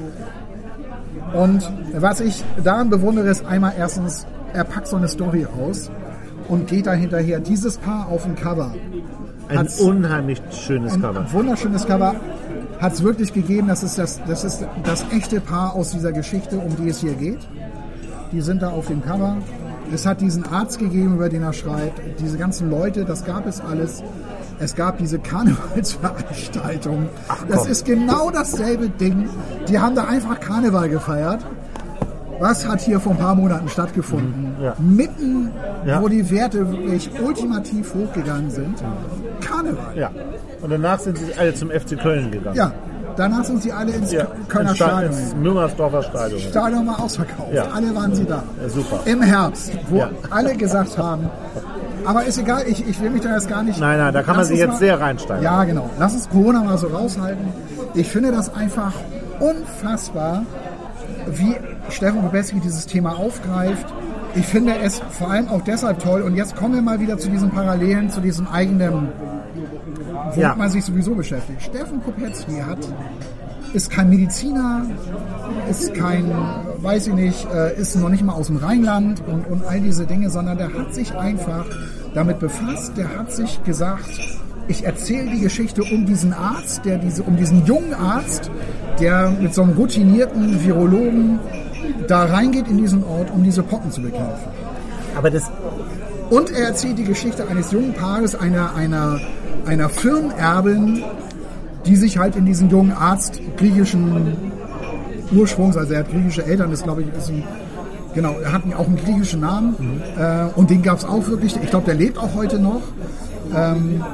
Und was ich daran bewundere, ist einmal erstens, er packt so eine Story aus und geht da hinterher. Dieses Paar auf dem Cover. Ein hat's- unheimlich schönes ein Cover. wunderschönes Cover. Hat es wirklich gegeben. Das ist das, das ist das echte Paar aus dieser Geschichte, um die es hier geht. Die sind da auf dem Cover. Es hat diesen Arzt gegeben, über den er schreibt. Diese ganzen Leute, das gab es alles. Es gab diese Karnevalsveranstaltung. Das ist genau dasselbe Ding. Die haben da einfach Karneval gefeiert. Was hat hier vor ein paar Monaten stattgefunden? Ja. Mitten, Ja. wo die Werte wirklich ultimativ hochgegangen sind. Karneval. Ja. Und danach sind sie alle zum F C Köln gegangen. Ja, danach sind sie alle ins Ja, Kölner ins Sta- Stadion. ins Müngersdorfer Stadion. Das Stadion war ausverkauft. Ja. Alle waren sie da. Ja, super. Im Herbst, wo Ja. alle gesagt haben, aber ist egal, ich, ich will mich da jetzt gar nicht... Nein, nein, da kann man Lass sich uns jetzt sehr reinsteigen. Ja, genau. Lass uns Corona mal so raushalten. Ich finde das einfach unfassbar, wie Steffen Kopetzky dieses Thema aufgreift. Ich finde es vor allem auch deshalb toll. Und jetzt kommen wir mal wieder zu diesen Parallelen, zu diesem eigenen, womit Ja. man sich sowieso beschäftigt. Steffen Kopetzky hat, ist kein Mediziner, ist kein, weiß ich nicht, äh, ist noch nicht mal aus dem Rheinland und, und all diese Dinge, sondern der hat sich einfach damit befasst. Der hat sich gesagt, ich erzähle die Geschichte um diesen Arzt, der diese, um diesen jungen Arzt, der mit so einem routinierten Virologen da reingeht in diesen Ort, um diese Pocken zu bekämpfen. Aber das, Und er erzählt die Geschichte eines jungen Paares, einer, einer, einer Firmenerbin, die sich halt in diesen jungen Arzt griechischen Ursprungs, also er hat griechische Eltern, das glaube ich ist ein, genau, er hat auch einen griechischen Namen mhm. äh, und den gab es auch wirklich, ich glaube der lebt auch heute noch. Ähm,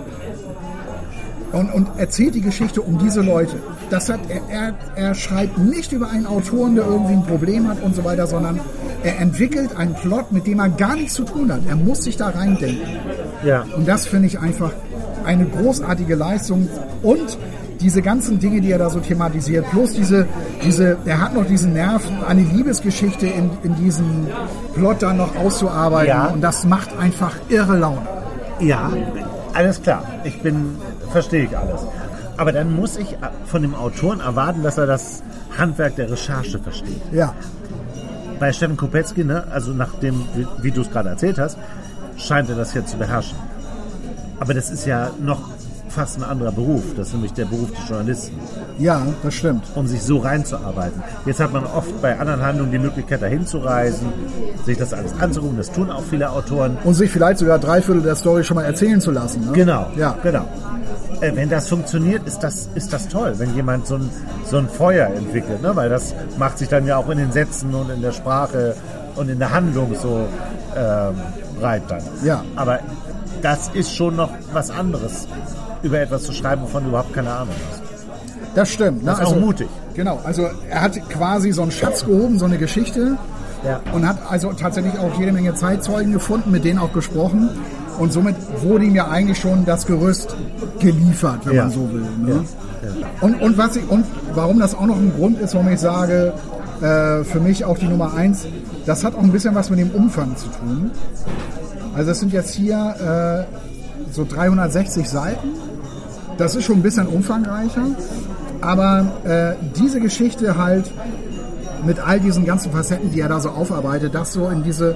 Und, und erzählt die Geschichte um diese Leute. Das hat, er, er, er schreibt nicht über einen Autoren, der irgendwie ein Problem hat und so weiter, sondern er entwickelt einen Plot, mit dem er gar nichts zu tun hat. Er muss sich da reindenken. ja. Und das finde ich einfach eine großartige Leistung. Und diese ganzen Dinge, die er da so thematisiert, plus diese, diese er hat noch diesen Nerv, eine Liebesgeschichte in, in diesem Plot dann noch auszuarbeiten. Ja. Und das macht einfach irre Laune. Ja, alles klar. Ich bin, verstehe ich alles. Aber dann muss ich von dem Autoren erwarten, dass er das Handwerk der Recherche versteht. Ja. Bei Steffen Kopetzky, ne, also nach dem, wie, wie du es gerade erzählt hast, scheint er das jetzt zu beherrschen. Aber das ist ja noch fast ein anderer Beruf. Das ist nämlich der Beruf des Journalisten, Ja, das stimmt. um sich so reinzuarbeiten. Jetzt hat man oft bei anderen Handlungen die Möglichkeit, dahin zu reisen, sich das alles anzugucken. Das tun auch viele Autoren. Und sich vielleicht sogar drei Viertel der Story schon mal erzählen zu lassen. Ne? Genau, Ja. genau. Äh, wenn das funktioniert, ist das, ist das toll, wenn jemand so ein, so ein Feuer entwickelt, ne? Weil das macht sich dann ja auch in den Sätzen und in der Sprache und in der Handlung so ähm, breit dann. Ja. Aber das ist schon noch was anderes, über etwas zu schreiben, wovon du überhaupt keine Ahnung hast. Das stimmt. Ne? Das ist auch mutig. Genau, also er hat quasi so einen Schatz gehoben, so eine Geschichte Ja. und hat also tatsächlich auch jede Menge Zeitzeugen gefunden, mit denen auch gesprochen. Und somit wurde ihm ja eigentlich schon das Gerüst geliefert, wenn Ja. man so will. Ne? Ja. Ja. Und, und, was ich, und warum das auch noch ein Grund ist, warum ich sage, äh, für mich auch die Nummer eins, das hat auch ein bisschen was mit dem Umfang zu tun. Also es sind jetzt hier äh, so dreihundertsechzig Seiten. Das ist schon ein bisschen umfangreicher. Aber äh, diese Geschichte halt mit all diesen ganzen Facetten, die er da so aufarbeitet, das so in diese,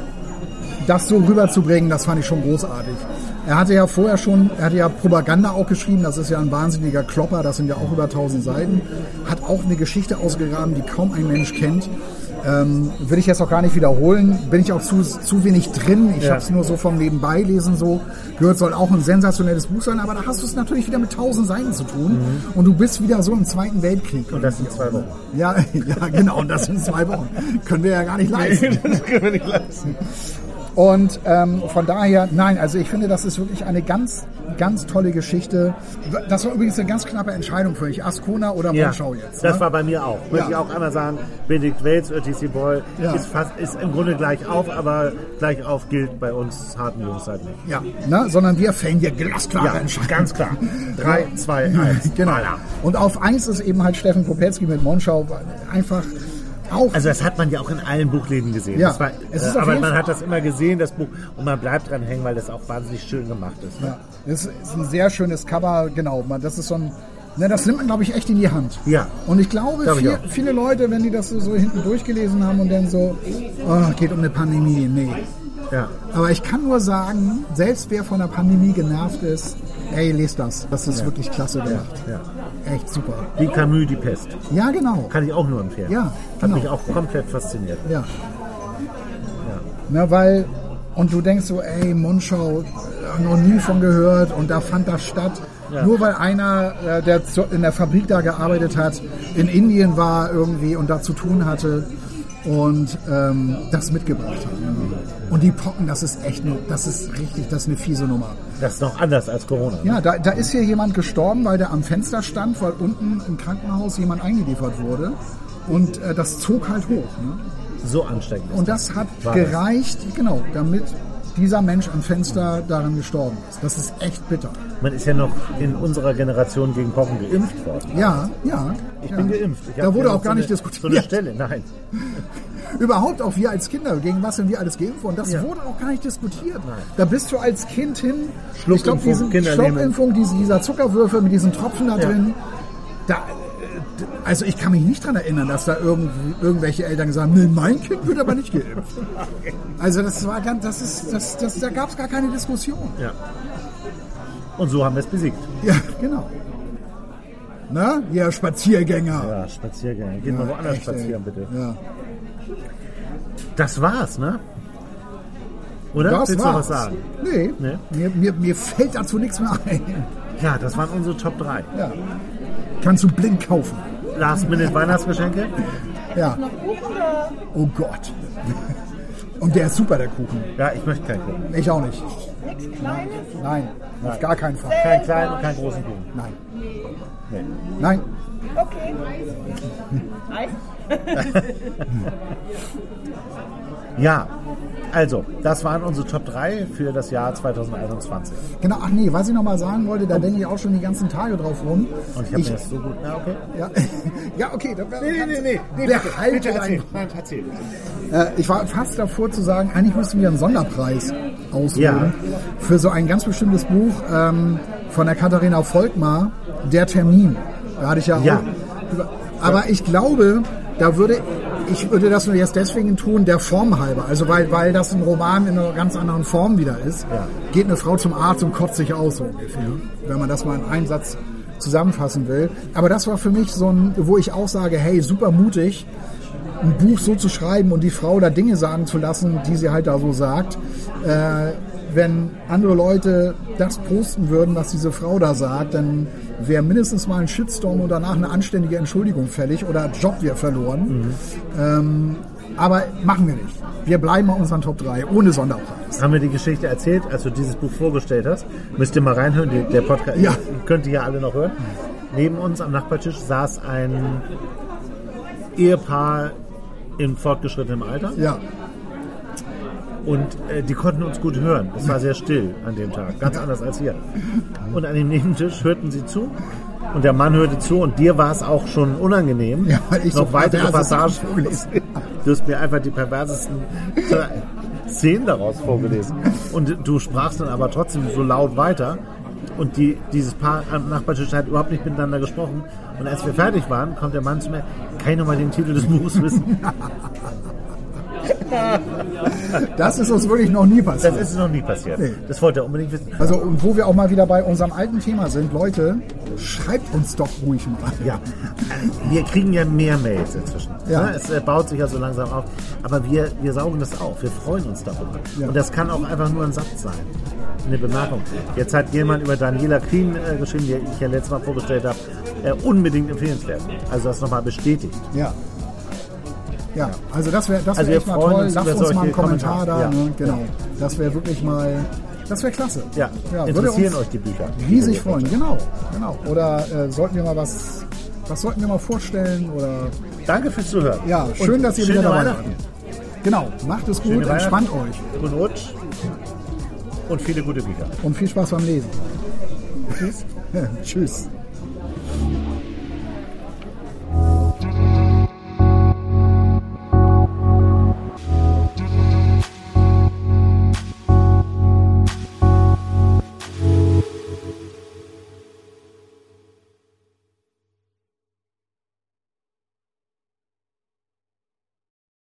das so rüberzubringen, das fand ich schon großartig. Er hatte ja vorher schon, er hatte ja Propaganda auch geschrieben, das ist ja ein wahnsinniger Klopper, das sind ja auch über tausend Seiten, hat auch eine Geschichte ausgegraben, die kaum ein Mensch kennt. Ähm, will ich jetzt auch gar nicht wiederholen, bin ich auch zu, zu wenig drin, ich Ja. habe es nur so vom Nebenbeilesen so gehört, soll auch ein sensationelles Buch sein, aber da hast du es natürlich wieder mit tausend Seiten zu tun mhm. und du bist wieder so im Zweiten Weltkrieg. Und das sind zwei Wochen. Ja, ja, genau, und das sind zwei Wochen. Können wir ja gar nicht leisten. Das können wir nicht leisten. Und ähm, von daher, nein, also ich finde, das ist wirklich eine ganz, ganz tolle Geschichte. Das war übrigens eine ganz knappe Entscheidung für mich. Ascona oder Ja, Monschau jetzt. das ne? war bei mir auch. Möchte ich Ja. auch einmal sagen, Benedikt Welz, Ö T C Boll, Ja. ist, fast, ist im Grunde gleich auf, aber gleich auf gilt bei uns harten Jungs halt nicht. Ja, ne? Sondern wir fällen hier glasklare Ja, Entscheidungen. ganz klar. Drei, zwei, eins. Genau. Voilà. Und auf eins ist eben halt Steffen Kopetzky mit Monschau einfach auch. Also das hat man ja auch in allen Buchläden gesehen. Ja, Das war, es ist äh, auf aber jeden man Fall- hat das immer gesehen, das Buch, und man bleibt dran hängen, weil das auch wahnsinnig schön gemacht ist. Ne? Ja, das ist ein sehr schönes Cover, genau. Man, das ist so ein, ne, das nimmt man, glaube ich, echt in die Hand. Ja. Und ich glaube, Glaub ich viel, auch. viele Leute, wenn die das so, so hinten durchgelesen haben und dann so, oh, geht um eine Pandemie, nee. Ja. Aber ich kann nur sagen, selbst wer von der Pandemie genervt ist, ey, lest das. Das ist wirklich klasse gemacht. Ja. Echt super. Wie Camus, die Pest. Ja, genau. Kann ich auch nur empfehlen. Ja, Hat genau. mich auch komplett fasziniert. Ja. Na, weil, und du denkst so, ey, Monschau, äh, noch nie von gehört und da fand das statt. Ja. Nur weil einer, äh, der zu, in der Fabrik da gearbeitet hat, in Indien war irgendwie und da zu tun hatte. und ähm, das mitgebracht hat. Und die Pocken, das ist echt, eine, das ist richtig, das ist eine fiese Nummer. Das ist noch anders als Corona. Ne? Ja, da, da ist hier jemand gestorben, weil der am Fenster stand, weil unten im Krankenhaus jemand eingeliefert wurde. Und äh, das zog halt hoch. Ne? So ansteckend. Und das hat War gereicht, das? genau, damit dieser Mensch am Fenster daran gestorben ist. Das ist echt bitter. Man ist ja noch in unserer Generation gegen Pocken geimpft worden. Ja, ja. Ich ja. bin geimpft. Ich da wurde auch gar so nicht eine, diskutiert. So eine Stelle, nein. Überhaupt auch wir als Kinder, gegen was sind wir alles geimpft worden? Das ja. wurde auch gar nicht diskutiert. Nein. Da bist du als Kind hin, ich glaube, diese Schluckimpfung, diese, dieser Zuckerwürfel mit diesen Tropfen da ja. drin, da, also ich kann mich nicht daran erinnern, dass da irgendwie, irgendwelche Eltern gesagt haben, nee, mein Kind wird aber nicht geimpft. Also das war ganz, das ist, das, das, da gab es gar keine Diskussion. Ja. Und so haben wir es besiegt. Ja, genau. Na, ja, Spaziergänger. Ja, Spaziergänger. Gehen wir ja, woanders echt, spazieren, ey. bitte. Ja. Das war's, ne? Oder? Das Willst war's. du was sagen? Nee, nee? Mir, mir, mir fällt dazu nichts mehr ein. Ja, das waren unsere Top drei. Ja. Kannst du blind kaufen. Last-Minute-Weihnachtsgeschenke? Ja. Oh Gott. Und der ist super, der Kuchen. Ja, ich möchte keinen Kuchen. Ich auch nicht. Nichts Kleines? Nein, Nein. auf gar keinen Fall. Keinen kleinen und keinen großen Kuchen. Nein. Nee. Nein. Okay. Eis? Ja, also, das waren unsere Top drei für das Jahr zwanzig einundzwanzig. Genau, ach nee, was ich noch mal sagen wollte, da denke ich auch schon die ganzen Tage drauf rum. Und ich habe mir das so gut... Na, okay. Ja, ja okay. Da, Nee, nee, nee, nee. nee der bitte, Halt bitte dein- erzähl. Nein, erzähl. Äh, ich war fast davor zu sagen, eigentlich müssten wir einen Sonderpreis ausloben Ja. für so ein ganz bestimmtes Buch ähm, von der Katharina Volkmar, Der Termin. Da hatte ich ja, Ja. auch über, aber ich glaube, da würde ich würde das nur jetzt deswegen tun, der Form halber. Also weil, weil das ein Roman in einer ganz anderen Form wieder ist. Ja. Geht eine Frau zum Arzt und kotzt sich aus, so ungefähr. Wenn man das mal in einen Satz zusammenfassen will. Aber das war für mich so ein, wo ich auch sage, hey, super mutig, ein Buch so zu schreiben und die Frau da Dinge sagen zu lassen, die sie halt da so sagt. Äh, wenn andere Leute das posten würden, was diese Frau da sagt, dann wäre mindestens mal ein Shitstorm und danach eine anständige Entschuldigung fällig oder Job wäre verloren. Mhm. Ähm, aber machen wir nicht. Wir bleiben bei unseren Top drei, ohne Sonderpreis. Haben wir die Geschichte erzählt, als du dieses Buch vorgestellt hast? Müsst ihr mal reinhören, die, der Podcast, Ja. ihr könnt ihr ja alle noch hören. Neben uns am Nachbartisch saß ein Ehepaar in fortgeschrittenem Alter. Ja, Und äh, die konnten uns gut hören. Es war sehr still an dem Tag, ganz anders als hier. Und an dem Nebentisch hörten sie zu und der Mann hörte zu und dir war es auch schon unangenehm, Ja, weil ich noch so weitere perverse Passagen Sachen vorgelesen Du hast mir einfach die perversesten Szenen daraus vorgelesen. Und du sprachst dann aber trotzdem so laut weiter. Und die, dieses Paar am Nachbartisch hat überhaupt nicht miteinander gesprochen. Und als wir fertig waren, kommt der Mann zu mir, kann ich nochmal den Titel des Buches wissen? das ist uns wirklich noch nie passiert. Das ist noch nie passiert. Nee. Das wollte er unbedingt wissen. Also, und wo wir auch mal wieder bei unserem alten Thema sind, Leute, schreibt uns doch ruhig mal. Ja, wir kriegen ja mehr Mails inzwischen. Ja. Ne? Es äh, baut sich ja so langsam auf. Aber wir, wir saugen das auf. Wir freuen uns darüber. Ja. Und das kann auch einfach nur ein Satz sein. Eine Bemerkung. Jetzt hat jemand über Daniela Krien äh, geschrieben, die ich ja letztes Mal vorgestellt habe, äh, unbedingt empfehlenswert. Also das nochmal bestätigt. Ja. Ja, also das wäre das wär Also wir echt mal freuen toll. uns Lasst über uns mal einen solche Kommentar da. Kommentare. Ja. Ne? Genau. Das wäre wirklich mal, das wäre klasse. Ja, Ja, würde interessieren uns euch die Bücher. riesig freuen. Genau, genau. Oder äh, sollten wir mal was, was sollten wir mal vorstellen? Oder Danke fürs Zuhören. ja, schön, Und dass ihr schöne wieder dabei Weihnachten. wart. Genau, macht es gut, Schöne entspannt Weihnachten. euch Guten Rutsch und viele gute Bücher. und viel Spaß beim Lesen. Tschüss. Tschüss.